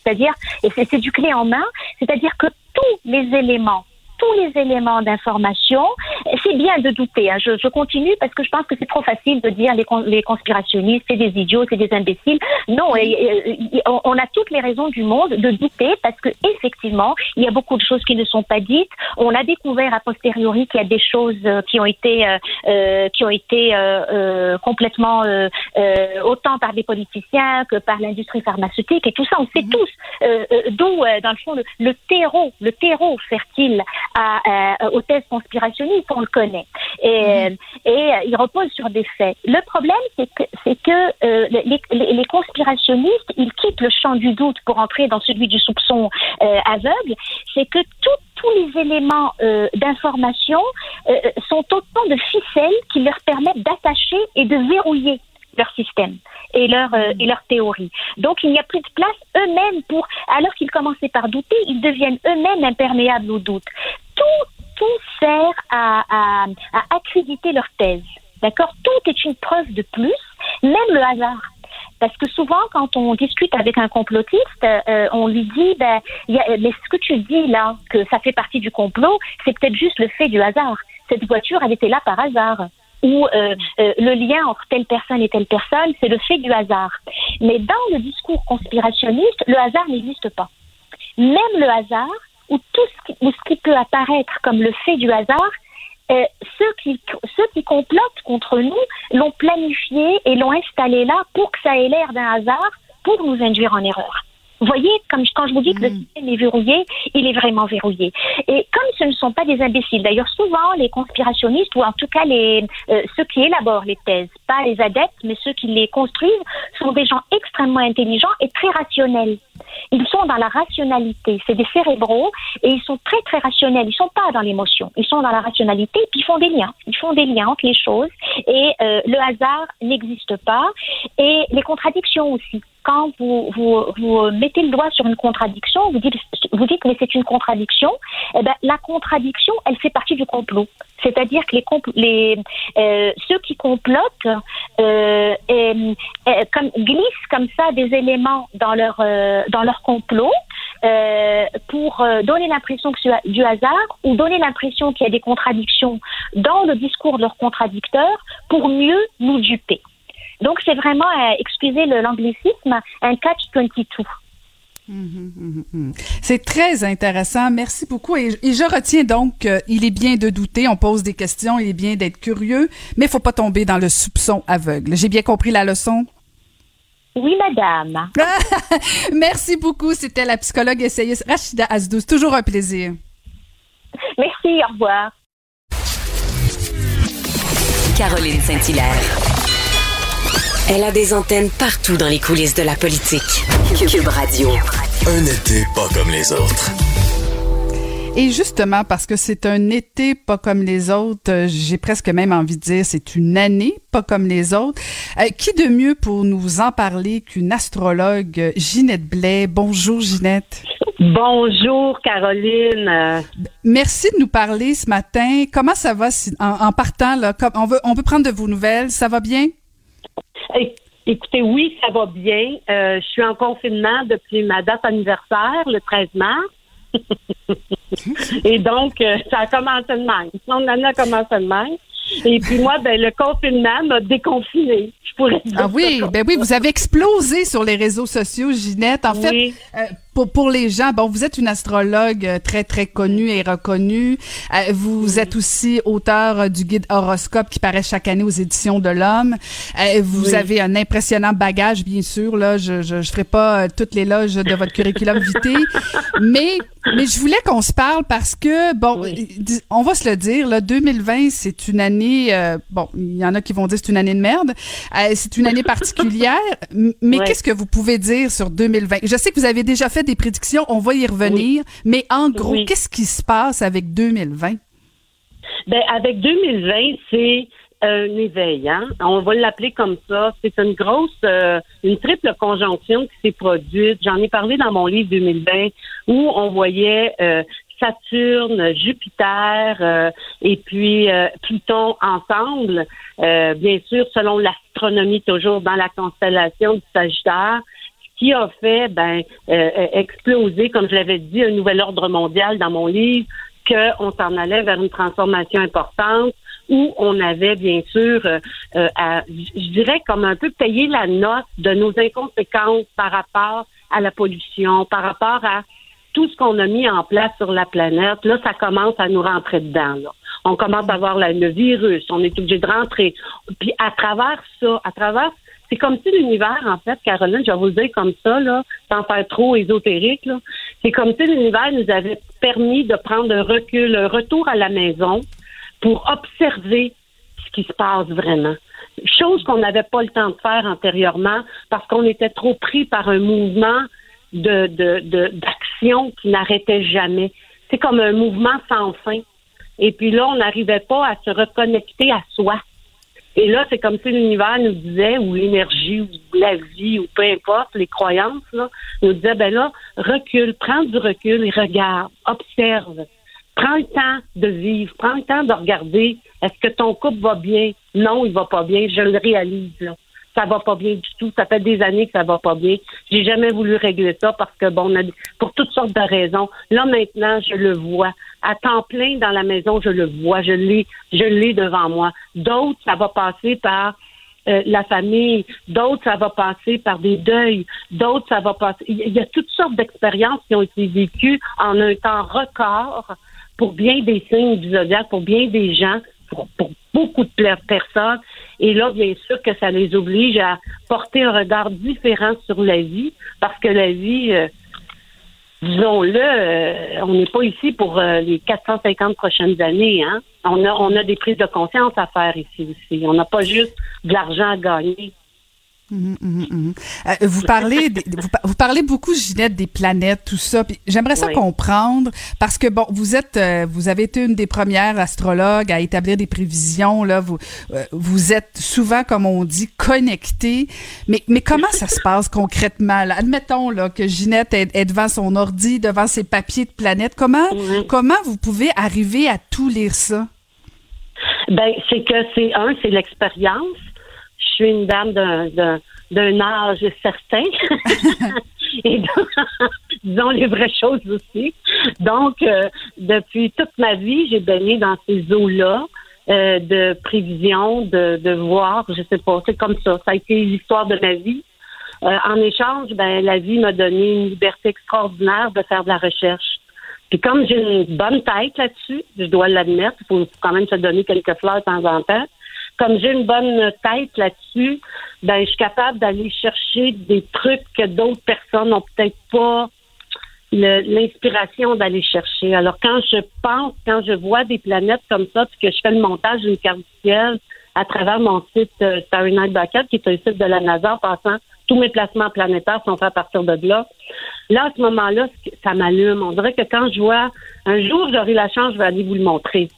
c'est-à-dire, et c'est du clé en main, c'est-à-dire que tous les éléments d'information, c'est bien de douter. Hein. Je continue parce que je pense que c'est trop facile de dire les conspirationnistes, c'est des idiots, c'est des imbéciles. Non, on a toutes les raisons du monde de douter parce que effectivement, il y a beaucoup de choses qui ne sont pas dites. On a découvert a posteriori qu'il y a des choses qui ont été complètement autant par des politiciens que par l'industrie pharmaceutique et tout ça. On sait tous d'où, dans le fond, le terreau fertile aux thèses conspirationnistes, on le connaît. Et il repose sur des faits. Le problème, c'est que les conspirationnistes, ils quittent le champ du doute pour entrer dans celui du soupçon aveugle. C'est que tous les éléments d'information sont autant de ficelles qui leur permettent d'attacher et de verrouiller leur système et leur théorie. Donc, il n'y a plus de place eux-mêmes alors qu'ils commençaient par douter, ils deviennent eux-mêmes imperméables au doute. Tout sert à accréditer leur thèse. D'accord? Tout est une preuve de plus, même le hasard. Parce que souvent, quand on discute avec un complotiste, on lui dit, mais ce que tu dis là, que ça fait partie du complot, c'est peut-être juste le fait du hasard. Cette voiture, elle était là par hasard. Ou le lien entre telle personne et telle personne, c'est le fait du hasard. Mais dans le discours conspirationniste, le hasard n'existe pas. Même le hasard, ou ce qui peut apparaître comme le fait du hasard, ceux qui complotent contre nous l'ont planifié et l'ont installé là pour que ça ait l'air d'un hasard, pour nous induire en erreur. Vous voyez, comme quand je vous dis que le système est verrouillé, il est vraiment verrouillé. Et comme ce ne sont pas des imbéciles, d'ailleurs souvent les conspirationnistes, ou en tout cas ceux qui élaborent les thèses, pas les adeptes, mais ceux qui les construisent, sont des gens extrêmement intelligents et très rationnels. Ils sont dans la rationalité, c'est des cérébraux, et ils sont très très rationnels, ils sont pas dans l'émotion, ils sont dans la rationalité, puis ils font des liens entre les choses, et le hasard n'existe pas, et les contradictions aussi. Quand vous mettez le doigt sur une contradiction, vous dites mais c'est une contradiction. Eh ben la contradiction, elle fait partie du complot. C'est-à-dire que ceux qui complotent glissent comme ça des éléments dans leur complot pour donner l'impression que c'est du hasard ou donner l'impression qu'il y a des contradictions dans le discours de leurs contradicteurs pour mieux nous duper. Donc, c'est vraiment, excusez l'anglicisme, un catch-22. C'est très intéressant. Merci beaucoup. Et je retiens donc il est bien de douter, on pose des questions, il est bien d'être curieux, mais il ne faut pas tomber dans le soupçon aveugle. J'ai bien compris la leçon? Oui, madame. Merci beaucoup. C'était la psychologue essayiste Rachida Asdouz. Toujours un plaisir. Merci, au revoir. Caroline Saint-Hilaire. Elle a des antennes partout dans les coulisses de la politique. Cube Radio. Un été pas comme les autres. Et justement, parce que c'est un été pas comme les autres, j'ai presque même envie de dire c'est une année pas comme les autres. Qui de mieux pour nous en parler qu'une astrologue, Ginette Blais? Bonjour, Ginette. Bonjour, Caroline. Merci de nous parler ce matin. Comment ça va en partant, là? On veut prendre de vos nouvelles. Ça va bien? Écoutez, oui, ça va bien. Je suis en confinement depuis ma date anniversaire, le 13 mars. Et donc, ça a commencé de même. Mon année a commencé de même. Et puis moi, le confinement m'a déconfiné. Je pourrais dire. Ah oui, vous avez explosé sur les réseaux sociaux, Ginette. En fait, pour les gens, vous êtes une astrologue très, très connue et reconnue. Vous êtes aussi auteur du guide Horoscope qui paraît chaque année aux éditions de l'Homme. Vous avez un impressionnant bagage, bien sûr. Là, je ferai pas toute l'éloge de votre curriculum vitae, mais je voulais qu'on se parle parce que, on va se le dire, là, 2020, c'est une année, il y en a qui vont dire c'est une année de merde. C'est une année particulière, mais qu'est-ce que vous pouvez dire sur 2020? Je sais que vous avez déjà fait des prédictions, on va y revenir, mais en gros, qu'est-ce qui se passe avec 2020? Avec 2020, c'est un éveil, hein? On va l'appeler comme ça. C'est une triple conjonction qui s'est produite. J'en ai parlé dans mon livre 2020 où on voyait Saturne, Jupiter et puis Pluton ensemble. Bien sûr, selon l'astronomie, toujours dans la constellation du Sagittaire, qui a fait exploser, comme je l'avais dit, un nouvel ordre mondial dans mon livre, qu'on s'en allait vers une transformation importante, où on avait bien sûr, je dirais comme un peu payer la note de nos inconséquences par rapport à la pollution, par rapport à tout ce qu'on a mis en place sur la planète. Là, ça commence à nous rentrer dedans, là. On commence à voir le virus, on est obligé de rentrer. Puis à travers ça, c'est comme si l'univers, en fait, Caroline, je vais vous le dire comme ça, là, sans faire trop ésotérique, là, c'est comme si l'univers nous avait permis de prendre un recul, un retour à la maison pour observer ce qui se passe vraiment. Chose qu'on n'avait pas le temps de faire antérieurement parce qu'on était trop pris par un mouvement d'action qui n'arrêtait jamais. C'est comme un mouvement sans fin. Et puis là, on n'arrivait pas à se reconnecter à soi. Et là, c'est comme si l'univers nous disait, ou l'énergie, ou la vie, ou peu importe, les croyances, là, nous disait, ben là, recule, prends du recul et regarde, observe. Prends le temps de vivre, prends le temps de regarder. Est-ce que ton couple va bien? Non, il va pas bien, je le réalise, là. Ça va pas bien du tout. Ça fait des années que ça va pas bien. J'ai jamais voulu régler ça parce que, pour toutes sortes de raisons. Là, maintenant, je le vois. À temps plein dans la maison, je le vois. Je l'ai devant moi. D'autres, ça va passer par la famille. D'autres, ça va passer par des deuils. D'autres, ça va passer... Il y a toutes sortes d'expériences qui ont été vécues en un temps record pour bien des signes du zodiaque, pour bien des gens, pour beaucoup de personnes. Et là, bien sûr que ça les oblige à porter un regard différent sur la vie, parce que la vie, disons-le, on n'est pas ici pour les 450 prochaines années, hein. On a des prises de conscience à faire ici aussi. On n'a pas juste de l'argent à gagner. Vous parlez beaucoup, Ginette, des planètes, tout ça. Puis j'aimerais ça comprendre parce que vous avez été une des premières astrologues à établir des prévisions. Là, vous êtes souvent, comme on dit, connectés. Mais comment ça se passe concrètement là? Admettons là que Ginette est devant son ordi, devant ses papiers de planètes. Comment vous pouvez arriver à tout lire ça? Ben, c'est l'expérience. Je suis une dame d'un âge certain. Et donc, disons les vraies choses aussi. Donc, depuis toute ma vie, j'ai baigné dans ces eaux-là de prévision, de voir, je sais pas, c'est comme ça. Ça a été l'histoire de ma vie. En échange, la vie m'a donné une liberté extraordinaire de faire de la recherche. Puis comme j'ai une bonne tête là-dessus, je dois l'admettre, il faut quand même se donner quelques fleurs de temps en temps. Comme j'ai une bonne tête là-dessus, je suis capable d'aller chercher des trucs que d'autres personnes n'ont peut-être pas l'inspiration d'aller chercher. Alors, quand je vois des planètes comme ça, puis que je fais le montage d'une carte du ciel à travers mon site Starry Night Bucket, qui est un site de la NASA, en passant, tous mes placements planétaires sont faits à partir de là. Là, à ce moment-là, ça m'allume. On dirait que quand je vois, un jour, j'aurai la chance, je vais aller vous le montrer.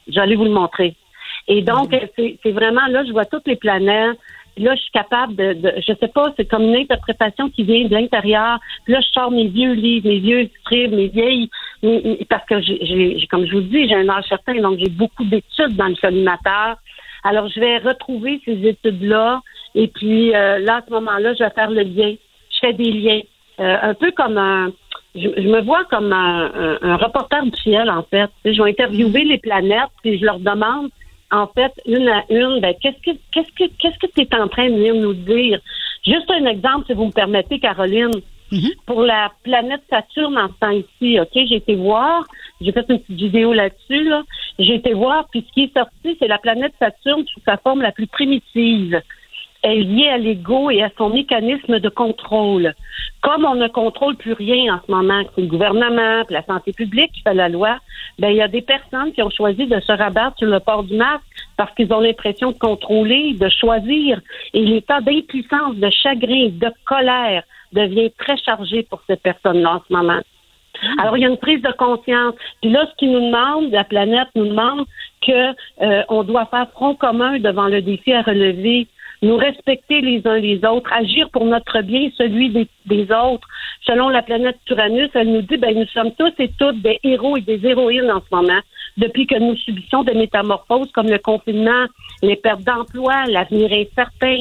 Et donc, c'est vraiment, là, je vois toutes les planètes. Puis là, je suis capable je sais pas, c'est comme une interprétation qui vient de l'intérieur. Puis là, je sors mes vieux livres, mes vieux scribes, mes vieilles... parce que j'ai, comme je vous dis, j'ai un âge certain, donc j'ai beaucoup d'études dans le collimateur. Alors, je vais retrouver ces études-là. Et puis, là, à ce moment-là, je vais faire le lien. Je fais des liens. Un peu comme je me vois comme un reporter du ciel, en fait. Je vais interviewer les planètes, puis je leur demande, en fait, une à une, qu'est-ce que tu es en train de venir nous dire? Juste un exemple, si vous me permettez, Caroline. Pour la planète Saturne en ce temps ici, OK, j'ai été voir, j'ai fait une petite vidéo là-dessus, là. J'ai été voir, puis ce qui est sorti, c'est la planète Saturne sous sa forme la plus primitive. Elle est liée à l'ego et à son mécanisme de contrôle. Comme on ne contrôle plus rien en ce moment, c'est le gouvernement, puis la santé publique qui fait la loi, il y a des personnes qui ont choisi de se rabattre sur le port du masque parce qu'ils ont l'impression de contrôler, de choisir. Et l'état d'impuissance, de chagrin, de colère devient très chargé pour ces personnes-là en ce moment. Alors, il y a une prise de conscience. Puis là, ce qui nous demande, la planète nous demande que on doit faire front commun devant le défi à relever, nous respecter les uns les autres, agir pour notre bien et celui des autres. Selon la planète Uranus, elle nous dit, nous sommes tous et toutes des héros et des héroïnes en ce moment, depuis que nous subissons des métamorphoses comme le confinement, les pertes d'emploi, l'avenir incertain.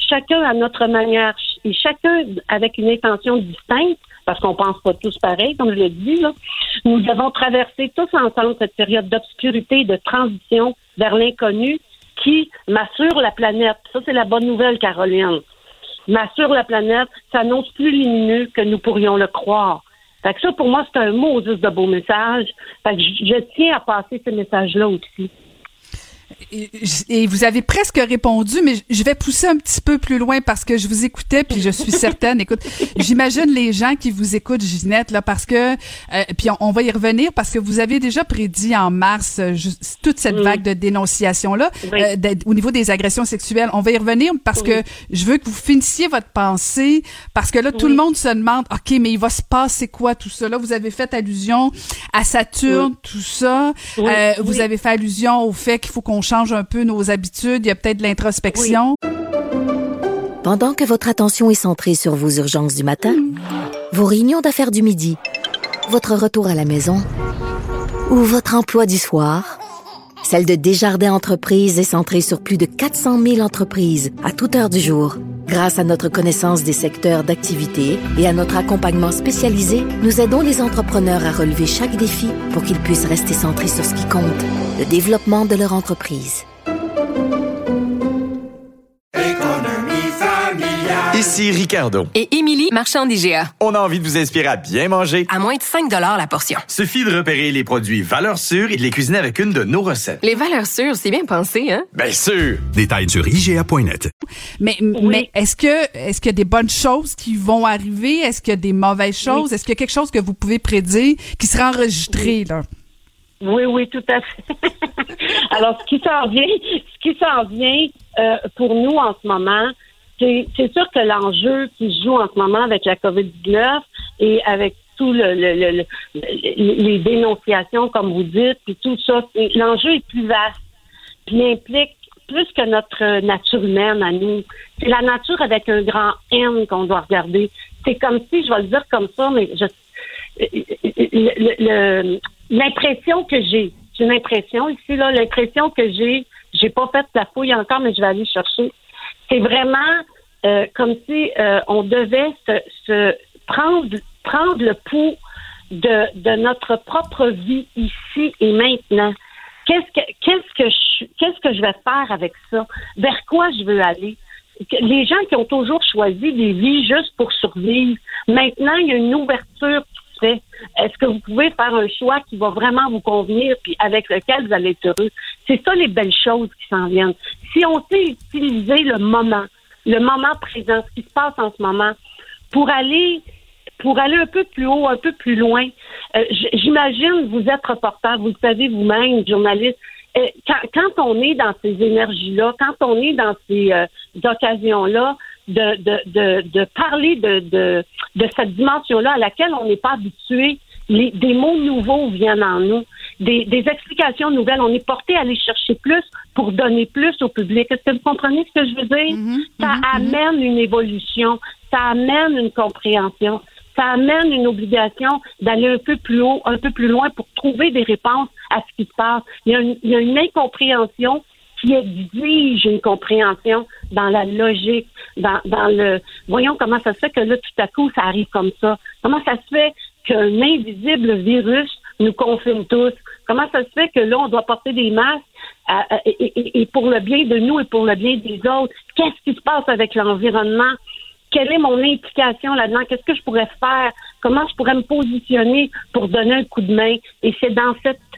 chacun à notre manière et chacun avec une intention distincte, parce qu'on pense pas tous pareil, comme je l'ai dit, là, nous avons traversé tous ensemble cette période d'obscurité et de transition vers l'inconnu qui m'assure la planète. Ça, c'est la bonne nouvelle, Caroline. M'assure la planète s'annonce plus lumineux que nous pourrions le croire. Fait que ça, pour moi, c'est un mot juste de beau message. Fait que je tiens à passer ce message-là aussi. Et vous avez presque répondu, mais je vais pousser un petit peu plus loin parce que je vous écoutais puis je suis certaine. Écoute, j'imagine les gens qui vous écoutent, Ginette, là, parce que puis on va y revenir parce que vous avez déjà prédit en mars toute cette vague de dénonciation là au niveau des agressions sexuelles. On va y revenir parce que je veux que vous finissiez votre pensée parce que là tout le monde se demande, ok, mais il va se passer quoi tout ça là? Vous avez fait allusion à Saturne, tout ça. Vous avez fait allusion au fait qu'il faut qu'on change un peu nos habitudes, il y a peut-être de l'introspection. Pendant que votre attention est centrée sur vos urgences du matin, vos réunions d'affaires du midi, votre retour à la maison ou votre emploi du soir, celle de Desjardins Entreprises est centrée sur plus de 400 000 entreprises à toute heure du jour. Grâce à notre connaissance des secteurs d'activité et à notre accompagnement spécialisé, nous aidons les entrepreneurs à relever chaque défi pour qu'ils puissent rester centrés sur ce qui compte, le développement de leur entreprise. Ici Ricardo. Et Émilie, marchand d'IGA. On a envie de vous inspirer à bien manger. À moins de 5 $ la portion. Suffit de repérer les produits valeurs sûres et de les cuisiner avec une de nos recettes. Les valeurs sûres, c'est bien pensé, hein? Bien sûr! Détails sur IGA.net. Mais est-ce qu'il y a des bonnes choses qui vont arriver? Est-ce qu'il y a des mauvaises choses? Est-ce qu'il y a quelque chose que vous pouvez prédire qui sera enregistré, là? Oui, tout à fait. Alors, ce qui s'en vient pour nous en ce moment, c'est sûr que l'enjeu qui se joue en ce moment avec la COVID-19 et avec tout les dénonciations, comme vous dites, puis tout ça, l'enjeu est plus vaste, puis implique plus que notre nature humaine à nous. C'est la nature avec un grand N qu'on doit regarder. C'est comme si, je vais le dire comme ça, mais l'impression que j'ai pas fait la fouille encore, mais je vais aller chercher. C'est vraiment comme si on devait se prendre le pouls de notre propre vie ici et maintenant. Qu'est-ce que je vais faire avec ça? Vers quoi je veux aller? Les gens qui ont toujours choisi des vies juste pour survivre, maintenant, il y a une ouverture qui se fait. Est-ce que vous pouvez faire un choix qui va vraiment vous convenir puis avec lequel vous allez être heureux? C'est ça les belles choses qui s'en viennent. Si on sait utiliser le moment présent, ce qui se passe en ce moment, pour aller un peu plus haut, un peu plus loin, j'imagine, vous êtes reporter, vous le savez vous-même, journaliste, quand on est dans ces énergies-là, quand on est dans ces occasions-là, de parler de cette dimension-là à laquelle on n'est pas habitué, des mots nouveaux viennent en nous, des explications nouvelles. On est porté à aller chercher plus pour donner plus au public. Est-ce que vous comprenez ce que je veux dire? Ça amène une évolution, ça amène une compréhension, ça amène une obligation d'aller un peu plus haut, un peu plus loin pour trouver des réponses à ce qui se passe. Il y a une incompréhension qui exige une compréhension dans la logique, dans le... Voyons comment ça se fait que là, tout à coup, ça arrive comme ça. Comment ça se fait qu'un invisible virus nous confine tous? Comment ça se fait que là, on doit porter des masques et pour le bien de nous et pour le bien des autres? Qu'est-ce qui se passe avec l'environnement? Quelle est mon implication là-dedans? Qu'est-ce que je pourrais faire? Comment je pourrais me positionner pour donner un coup de main? Et c'est dans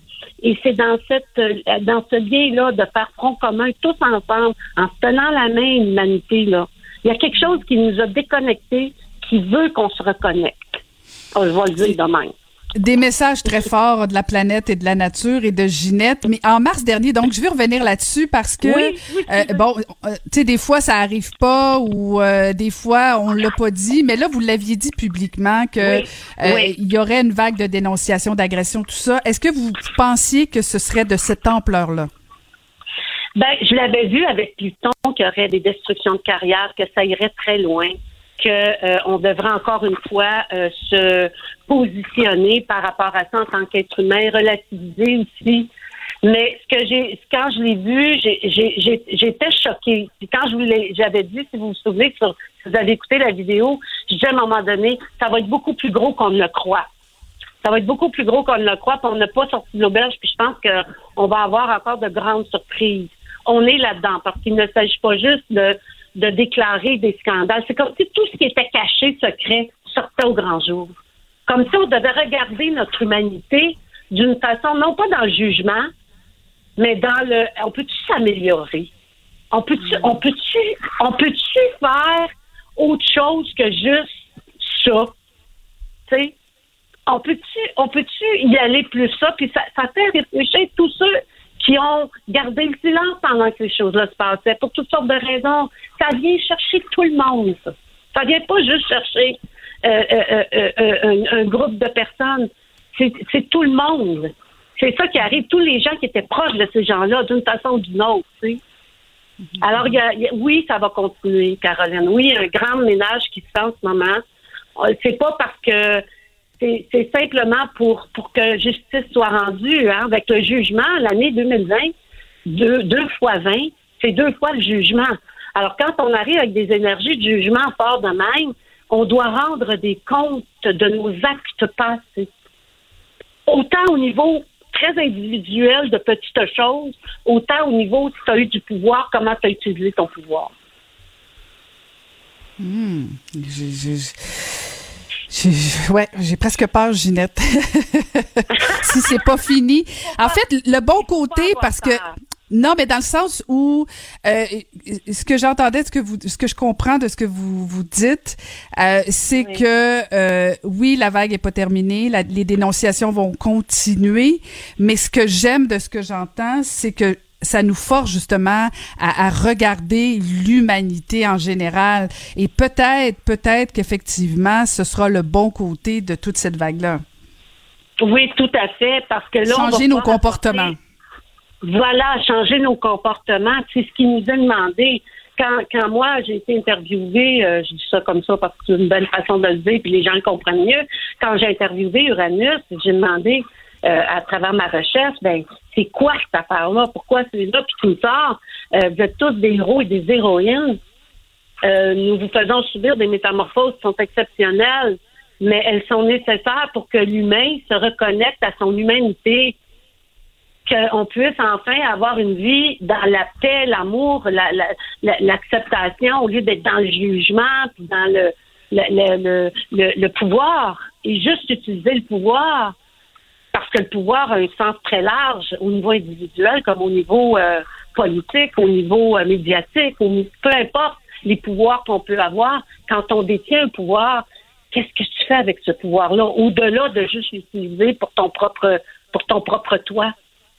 ce lien-là de faire front commun tous ensemble, en se tenant la main, l'humanité, là. Il y a quelque chose qui nous a déconnectés, qui veut qu'on se reconnecte. Oh, je vais le dire de même. Des messages très forts de la planète et de la nature et de Ginette. Mais en mars dernier, donc, je vais revenir là-dessus parce que, tu sais, des fois, ça arrive pas ou des fois, on l'a pas dit. Mais là, vous l'aviez dit publiquement que il y aurait une vague de dénonciation, d'agression, tout ça. Est-ce que vous pensiez que ce serait de cette ampleur-là? Ben, je l'avais vu avec Pluton qu'il y aurait des destructions de carrière, que ça irait très loin, que on devrait encore une fois se positionner par rapport à ça en tant qu'être humain, relativiser aussi Mais quand je l'ai vu, j'étais choquée. Puis quand j'avais dit, si vous vous souvenez, si vous avez écouté la vidéo, je disais à un moment donné, ça va être beaucoup plus gros qu'on ne le croit. Ça va être beaucoup plus gros qu'on ne le croit, puis on n'a pas sorti de l'auberge, puis je pense qu'on va avoir encore de grandes surprises. On est là-dedans, parce qu'il ne s'agit pas juste de déclarer des scandales. C'est comme si tout ce qui était caché, secret, sortait au grand jour. Comme si on devait regarder notre humanité d'une façon, non pas dans le jugement, mais dans on peut-tu s'améliorer? On peut-tu faire autre chose que juste ça? Tu sais? On peut-tu y aller plus ça? Puis ça fait réfléchir tous ceux qui ont gardé le silence pendant que ces choses-là se passaient, pour toutes sortes de raisons. Ça vient chercher tout le monde, ça. Ça vient pas juste chercher un groupe de personnes. C'est tout le monde. C'est ça qui arrive. Tous les gens qui étaient proches de ces gens-là, d'une façon ou d'une autre, tu sais. Alors, oui, ça va continuer, Caroline. Oui, il y a un grand ménage qui se fait en ce moment. C'est pas parce que c'est simplement pour que justice soit rendue, hein, avec le jugement, l'année 2020, 2 fois 20, c'est 2 fois le jugement. Alors, quand on arrive avec des énergies de jugement fortes de même, on doit rendre des comptes de nos actes passés. Autant au niveau très individuel de petites choses, autant au niveau, si tu as eu du pouvoir, comment tu as utilisé ton pouvoir. J'ai presque peur, Ginette. Si c'est pas fini. En fait, le bon côté, parce que non, mais dans le sens où ce que j'entendais, ce que je comprends de ce que vous dites, c'est que oui, la vague est pas terminée, les dénonciations vont continuer, mais ce que j'aime de ce que j'entends, c'est que ça nous force justement à regarder l'humanité en général, et peut-être qu'effectivement, ce sera le bon côté de toute cette vague-là. Oui, tout à fait, parce que là, changer nos comportements. Voilà, changer nos comportements, c'est ce qui nous est demandé. Quand moi, j'ai été interviewée, je dis ça comme ça parce que c'est une belle façon de le dire, puis les gens le comprennent mieux. Quand j'ai interviewé Uranus, j'ai demandé à travers ma recherche, c'est quoi cette affaire-là? Pourquoi c'est là? Puis tout ça, vous êtes tous des héros et des héroïnes. Nous vous faisons subir des métamorphoses qui sont exceptionnelles, mais elles sont nécessaires pour que l'humain se reconnecte à son humanité, qu'on puisse enfin avoir une vie dans la paix, l'amour, l'acceptation, au lieu d'être dans le jugement, puis dans le pouvoir, et juste utiliser le pouvoir, parce que le pouvoir a un sens très large au niveau individuel comme au niveau politique, au niveau médiatique, peu importe les pouvoirs qu'on peut avoir. Quand on détient un pouvoir, qu'est-ce que tu fais avec ce pouvoir-là, au-delà de juste l'utiliser pour ton propre toi?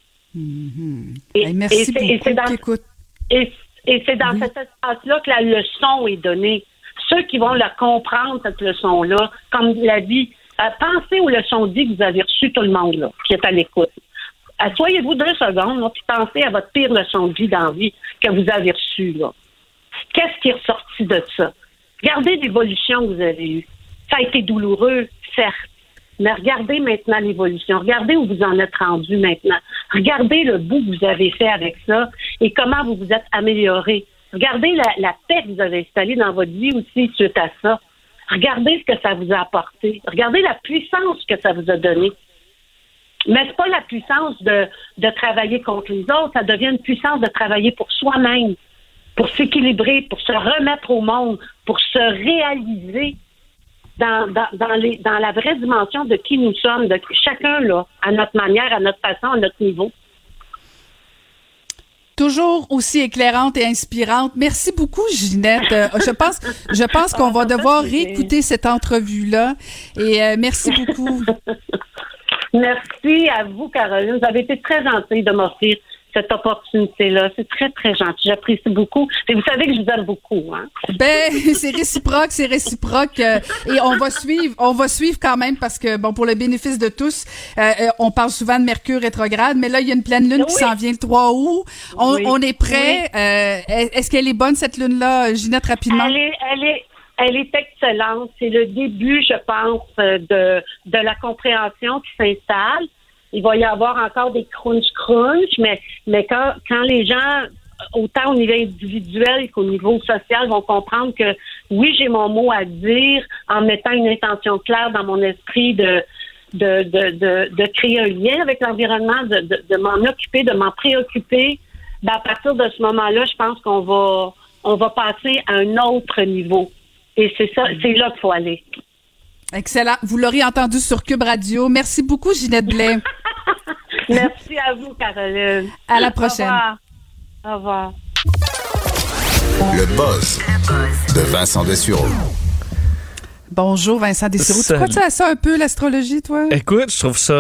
Merci beaucoup. Et c'est dans cet espace-là que la leçon est donnée. Ceux qui vont la comprendre, cette leçon-là, comme l'a dit, pensez aux leçons de vie que vous avez reçues, tout le monde là, qui est à l'écoute. Asseyez-vous 2 secondes, là, puis pensez à votre pire leçon de vie dans la vie que vous avez reçue. Là. Qu'est-ce qui est ressorti de ça? Regardez l'évolution que vous avez eue. Ça a été douloureux, certes. Mais regardez maintenant l'évolution. Regardez où vous en êtes rendu maintenant. Regardez le bout que vous avez fait avec ça et comment vous vous êtes amélioré. Regardez la paix que vous avez installée dans votre vie aussi suite à ça. Regardez ce que ça vous a apporté. Regardez la puissance que ça vous a donnée. Mais c'est pas la puissance de travailler contre les autres. Ça devient une puissance de travailler pour soi-même, pour s'équilibrer, pour se remettre au monde, pour se réaliser dans la vraie dimension de qui nous sommes, de chacun là, à notre manière, à notre façon, à notre niveau. Toujours aussi éclairante et inspirante. Merci beaucoup, Ginette. Je pense qu'on va devoir réécouter cette entrevue-là. Et merci beaucoup. Merci à vous, Caroline. Vous avez été très gentille de m'offrir cette opportunité-là. C'est très, très gentil. J'apprécie beaucoup. Et vous savez que je vous aime beaucoup, hein? C'est réciproque. Et on va suivre quand même parce que, bon, pour le bénéfice de tous, on parle souvent de Mercure rétrograde, mais là, il y a une pleine lune qui s'en vient le 3 août. On est prêt. Est-ce qu'elle est bonne, cette lune-là, Ginette, rapidement? Elle est excellente. C'est le début, je pense, de la compréhension qui s'installe. il va y avoir encore des crunch, mais quand les gens, autant au niveau individuel qu'au niveau social, vont comprendre que oui, j'ai mon mot à dire en mettant une intention claire dans mon esprit de créer un lien avec l'environnement, de m'en occuper, de m'en préoccuper, à partir de ce moment-là, je pense qu'on va passer à un autre niveau. Et c'est ça, c'est là qu'il faut aller. Excellent. Vous l'aurez entendu sur Cube Radio. Merci beaucoup, Ginette Blais. Merci à vous, Caroline. À la prochaine. Au revoir. Le buzz de Vincent Dessureau. Bonjour, Vincent Dessureau. Tu crois-tu à ça un peu, l'astrologie, toi? Écoute, je trouve ça...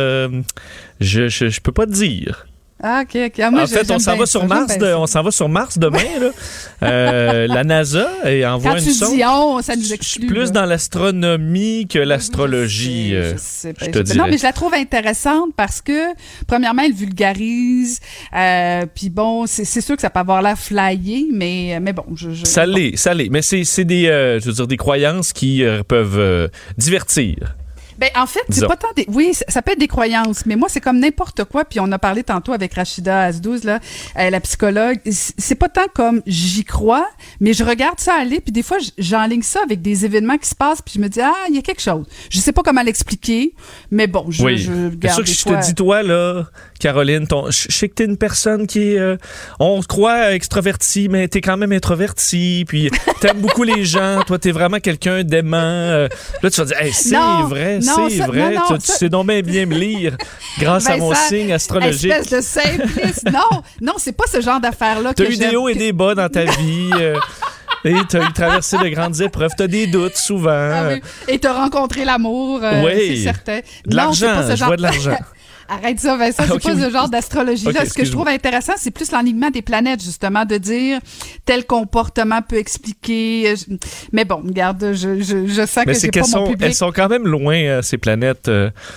je peux pas te dire. Ah, OK. Ah, moi, en fait, on s'en va sur Mars. On s'en va sur Mars demain. Là. La NASA envoie une sonde. Quand tu dis ça nous exclut. Plus dans l'astronomie que l'astrologie. Je sais pas. Non, mais je la trouve intéressante parce que, premièrement, elle vulgarise. Puis bon, c'est sûr que ça peut avoir l'air flyé, mais bon. Ça l'est. Mais c'est des, je veux dire, des croyances qui peuvent divertir. Ben en fait, c'est pas tant des... Oui, ça peut être des croyances, mais moi, c'est comme n'importe quoi. Puis on a parlé tantôt avec Rachida Azdouz, là, la psychologue. C'est pas tant comme j'y crois, mais je regarde ça aller, puis des fois, j'enligne ça avec des événements qui se passent, puis je me dis, il y a quelque chose. Je sais pas comment l'expliquer, mais bon, je regarde. C'est sûr que je te dis, toi, là, Caroline, je sais que t'es une personne qui est... on te croit extravertie, mais t'es quand même introvertie, puis t'aimes beaucoup les gens. Toi, t'es vraiment quelqu'un d'aimant. Là, tu vas dire, hey, c'est vrai. C'est vrai, tu sais donc bien me lire grâce à mon signe astrologique. Espèce de simpliste. Non, c'est pas ce genre d'affaires-là que j'aime. T'as eu des hauts et des bas dans ta vie. Et t'as eu traversé de grandes épreuves. T'as des doutes souvent. Ah oui. Et t'as rencontré l'amour, c'est certain. De l'argent, je vois de l'argent. Arrête ça, Vincent, c'est pas ce genre d'astrologie-là. Ce que je trouve intéressant, c'est plus l'alignement des planètes, justement, de dire tel comportement peut expliquer. Mais bon, regarde, je sens que j'ai pas mon public. Elles sont quand même loin, ces planètes.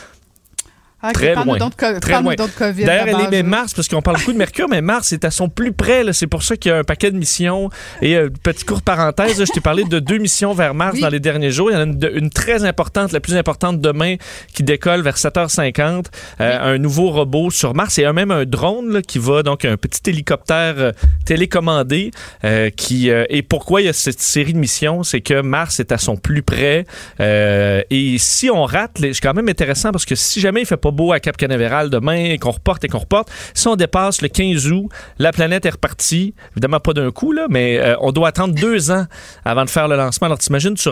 Très loin. Très loin. D'ailleurs, elle est même Mars, parce qu'on parle beaucoup de Mercure, mais Mars est à son plus près. Là. C'est pour ça qu'il y a un paquet de missions. Et petite courte parenthèse, là, je t'ai parlé de 2 missions vers Mars dans les derniers jours. Il y en a une très importante, la plus importante demain, qui décolle vers 7h50. Un nouveau robot sur Mars et même un drone là, qui va, donc un petit hélicoptère télécommandé. Et pourquoi il y a cette série de missions? C'est que Mars est à son plus près. Et si on rate, c'est quand même intéressant parce que si jamais il fait pas beau à Cap Canaveral demain et qu'on reporte, si on dépasse le 15 août, la planète est repartie. Évidemment, pas d'un coup, là, mais on doit attendre 2 ans avant de faire le lancement. Alors, t'imagines, tu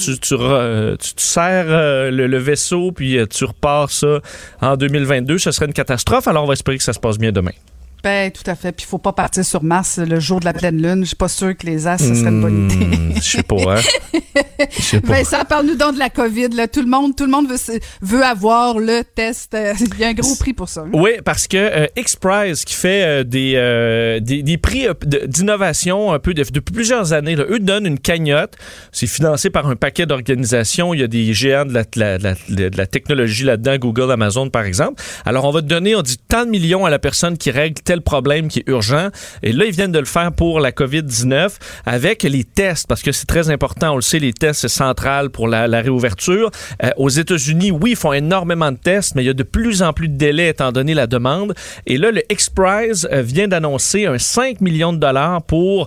serres le vaisseau, puis tu repars ça en 2022. Ce serait une catastrophe. Alors, on va espérer que ça se passe bien demain. Ben, tout à fait. Puis il faut pas partir sur Mars le jour de la pleine lune. Je suis pas sûr que les astres, ce serait une bonne idée. Je sais pas, hein? Vincent, parle-nous donc de la COVID. Là. Tout le monde veut avoir le test. Il y a un gros prix pour ça. Hein? Oui, parce que X-Prize, qui fait des prix d'innovation un peu depuis plusieurs années, là, eux donnent une cagnotte. C'est financé par un paquet d'organisations. Il y a des géants de la technologie là-dedans, Google, Amazon, par exemple. Alors, on va te donner, on dit tant de millions à la personne qui règle tel problème qui est urgent. Et là, ils viennent de le faire pour la COVID-19 avec les tests, parce que c'est très important. On le sait, les tests, c'est central pour la réouverture. Aux États-Unis, oui, ils font énormément de tests, mais il y a de plus en plus de délais étant donné la demande. Et là, le X-Prize vient d'annoncer un 5 millions de dollars pour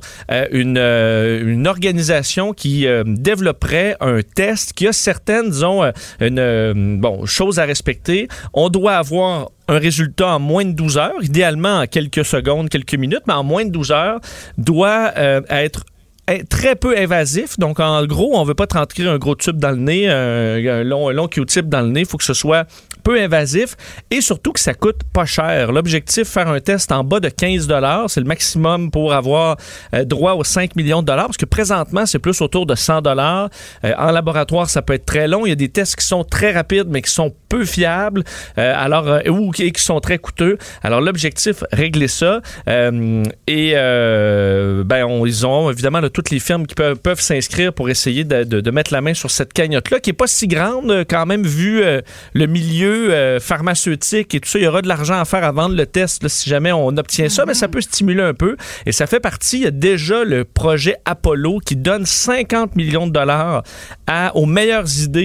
une organisation qui développerait un test qui a certaines, disons, choses à respecter. On doit avoir un résultat en moins de 12 heures, idéalement en quelques secondes, quelques minutes, mais en moins de 12 heures, doit être très peu invasif. Donc, en gros, on veut pas te rentrer un gros tube dans le nez, un long Q-tip dans le nez. Il faut que ce soit peu invasif et surtout que ça coûte pas cher. L'objectif, faire un test en bas de 15 $, c'est le maximum pour avoir droit aux 5 millions de dollars, parce que présentement, c'est plus autour de 100 $. En laboratoire, ça peut être très long. Il y a des tests qui sont très rapides, mais qui sont peu fiables, ou qui sont très coûteux. Alors, l'objectif, régler ça. Ils ont évidemment toutes les firmes qui peuvent s'inscrire pour essayer de mettre la main sur cette cagnotte-là, qui n'est pas si grande, quand même, vu le milieu pharmaceutique et tout ça. Il y aura de l'argent à faire à vendre le test, là, si jamais on obtient ça, mais ça peut stimuler un peu. Et ça fait partie, il y a déjà le projet Apollo qui donne 50 millions de dollars aux meilleures idées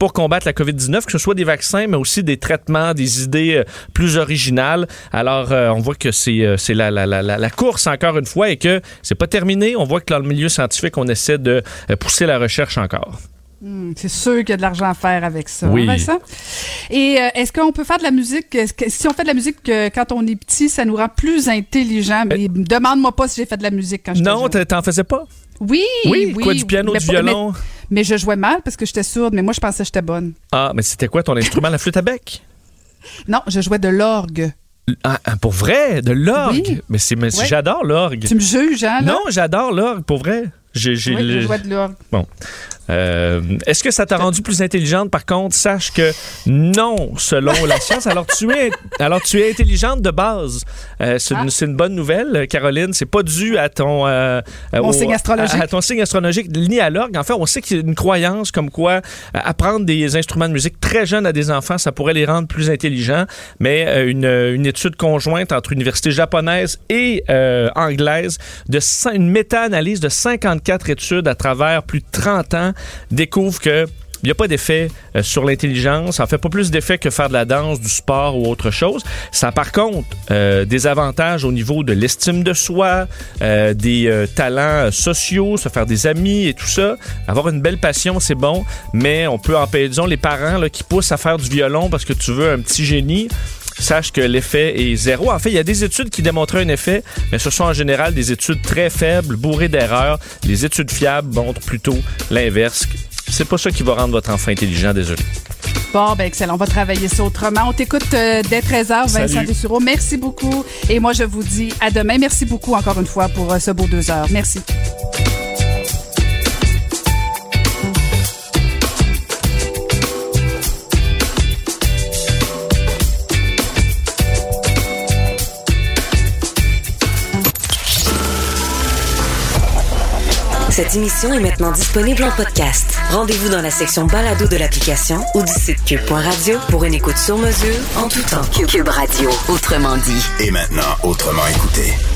pour combattre la COVID-19, que ce soit des vaccins, mais aussi des traitements, des idées plus originales. Alors, on voit que c'est la course encore une fois et que c'est pas terminé. On voit que dans le milieu scientifique, on essaie de pousser la recherche encore. C'est sûr qu'il y a de l'argent à faire avec ça. Oui. Hein, Vincent? Et est-ce qu'on peut faire de la musique? Si on fait de la musique quand on est petit, ça nous rend plus intelligent. Mais demande-moi pas si j'ai fait de la musique quand j'étais jeune. Non, t'en faisais pas? Oui. Quoi, du piano, du violon? Mais je jouais mal parce que j'étais sourde, mais moi, je pensais que j'étais bonne. Ah, mais c'était quoi ton instrument, la flûte à bec? Non, je jouais de l'orgue. Ah, pour vrai? De l'orgue? Oui. Mais j'adore l'orgue. Tu me juges, hein? Là? Non, j'adore l'orgue, pour vrai. Je jouais de l'orgue. Bon. Est-ce que ça t'a rendu plus intelligente? Par contre, sache que non, selon la science. Alors, tu es intelligente de base. C'est une bonne nouvelle, Caroline. C'est pas dû à ton signe astrologique. À ton signe astrologique ni à l'orgue. En fait, on sait qu'il y a une croyance comme quoi apprendre des instruments de musique très jeunes à des enfants, ça pourrait les rendre plus intelligents. Mais une étude conjointe entre universités japonaises et anglaises, une méta-analyse de 54 études à travers plus de 30 ans, découvre que il n'y a pas d'effet sur l'intelligence. Ça ne fait pas plus d'effet que faire de la danse, du sport ou autre chose. Ça a par contre des avantages au niveau de l'estime de soi, des talents sociaux, se faire des amis et tout ça. Avoir une belle passion, c'est bon, mais on peut empêcher, disons, les parents là, qui poussent à faire du violon parce que tu veux un petit génie. Sache que l'effet est zéro. En fait, il y a des études qui démontrent un effet, mais ce sont en général des études très faibles, bourrées d'erreurs. Les études fiables montrent plutôt l'inverse. C'est pas ça qui va rendre votre enfant intelligent, désolé. Bon, ben excellent. On va travailler ça autrement. On t'écoute dès 13h, Vincent Dessureau. Merci beaucoup. Et moi, je vous dis à demain. Merci beaucoup encore une fois pour ce beau 2 heures. Merci. Cette émission est maintenant disponible en podcast. Rendez-vous dans la section balado de l'application ou du site cube.radio pour une écoute sur mesure en tout temps. Cube Radio, autrement dit. Et maintenant, autrement écouté.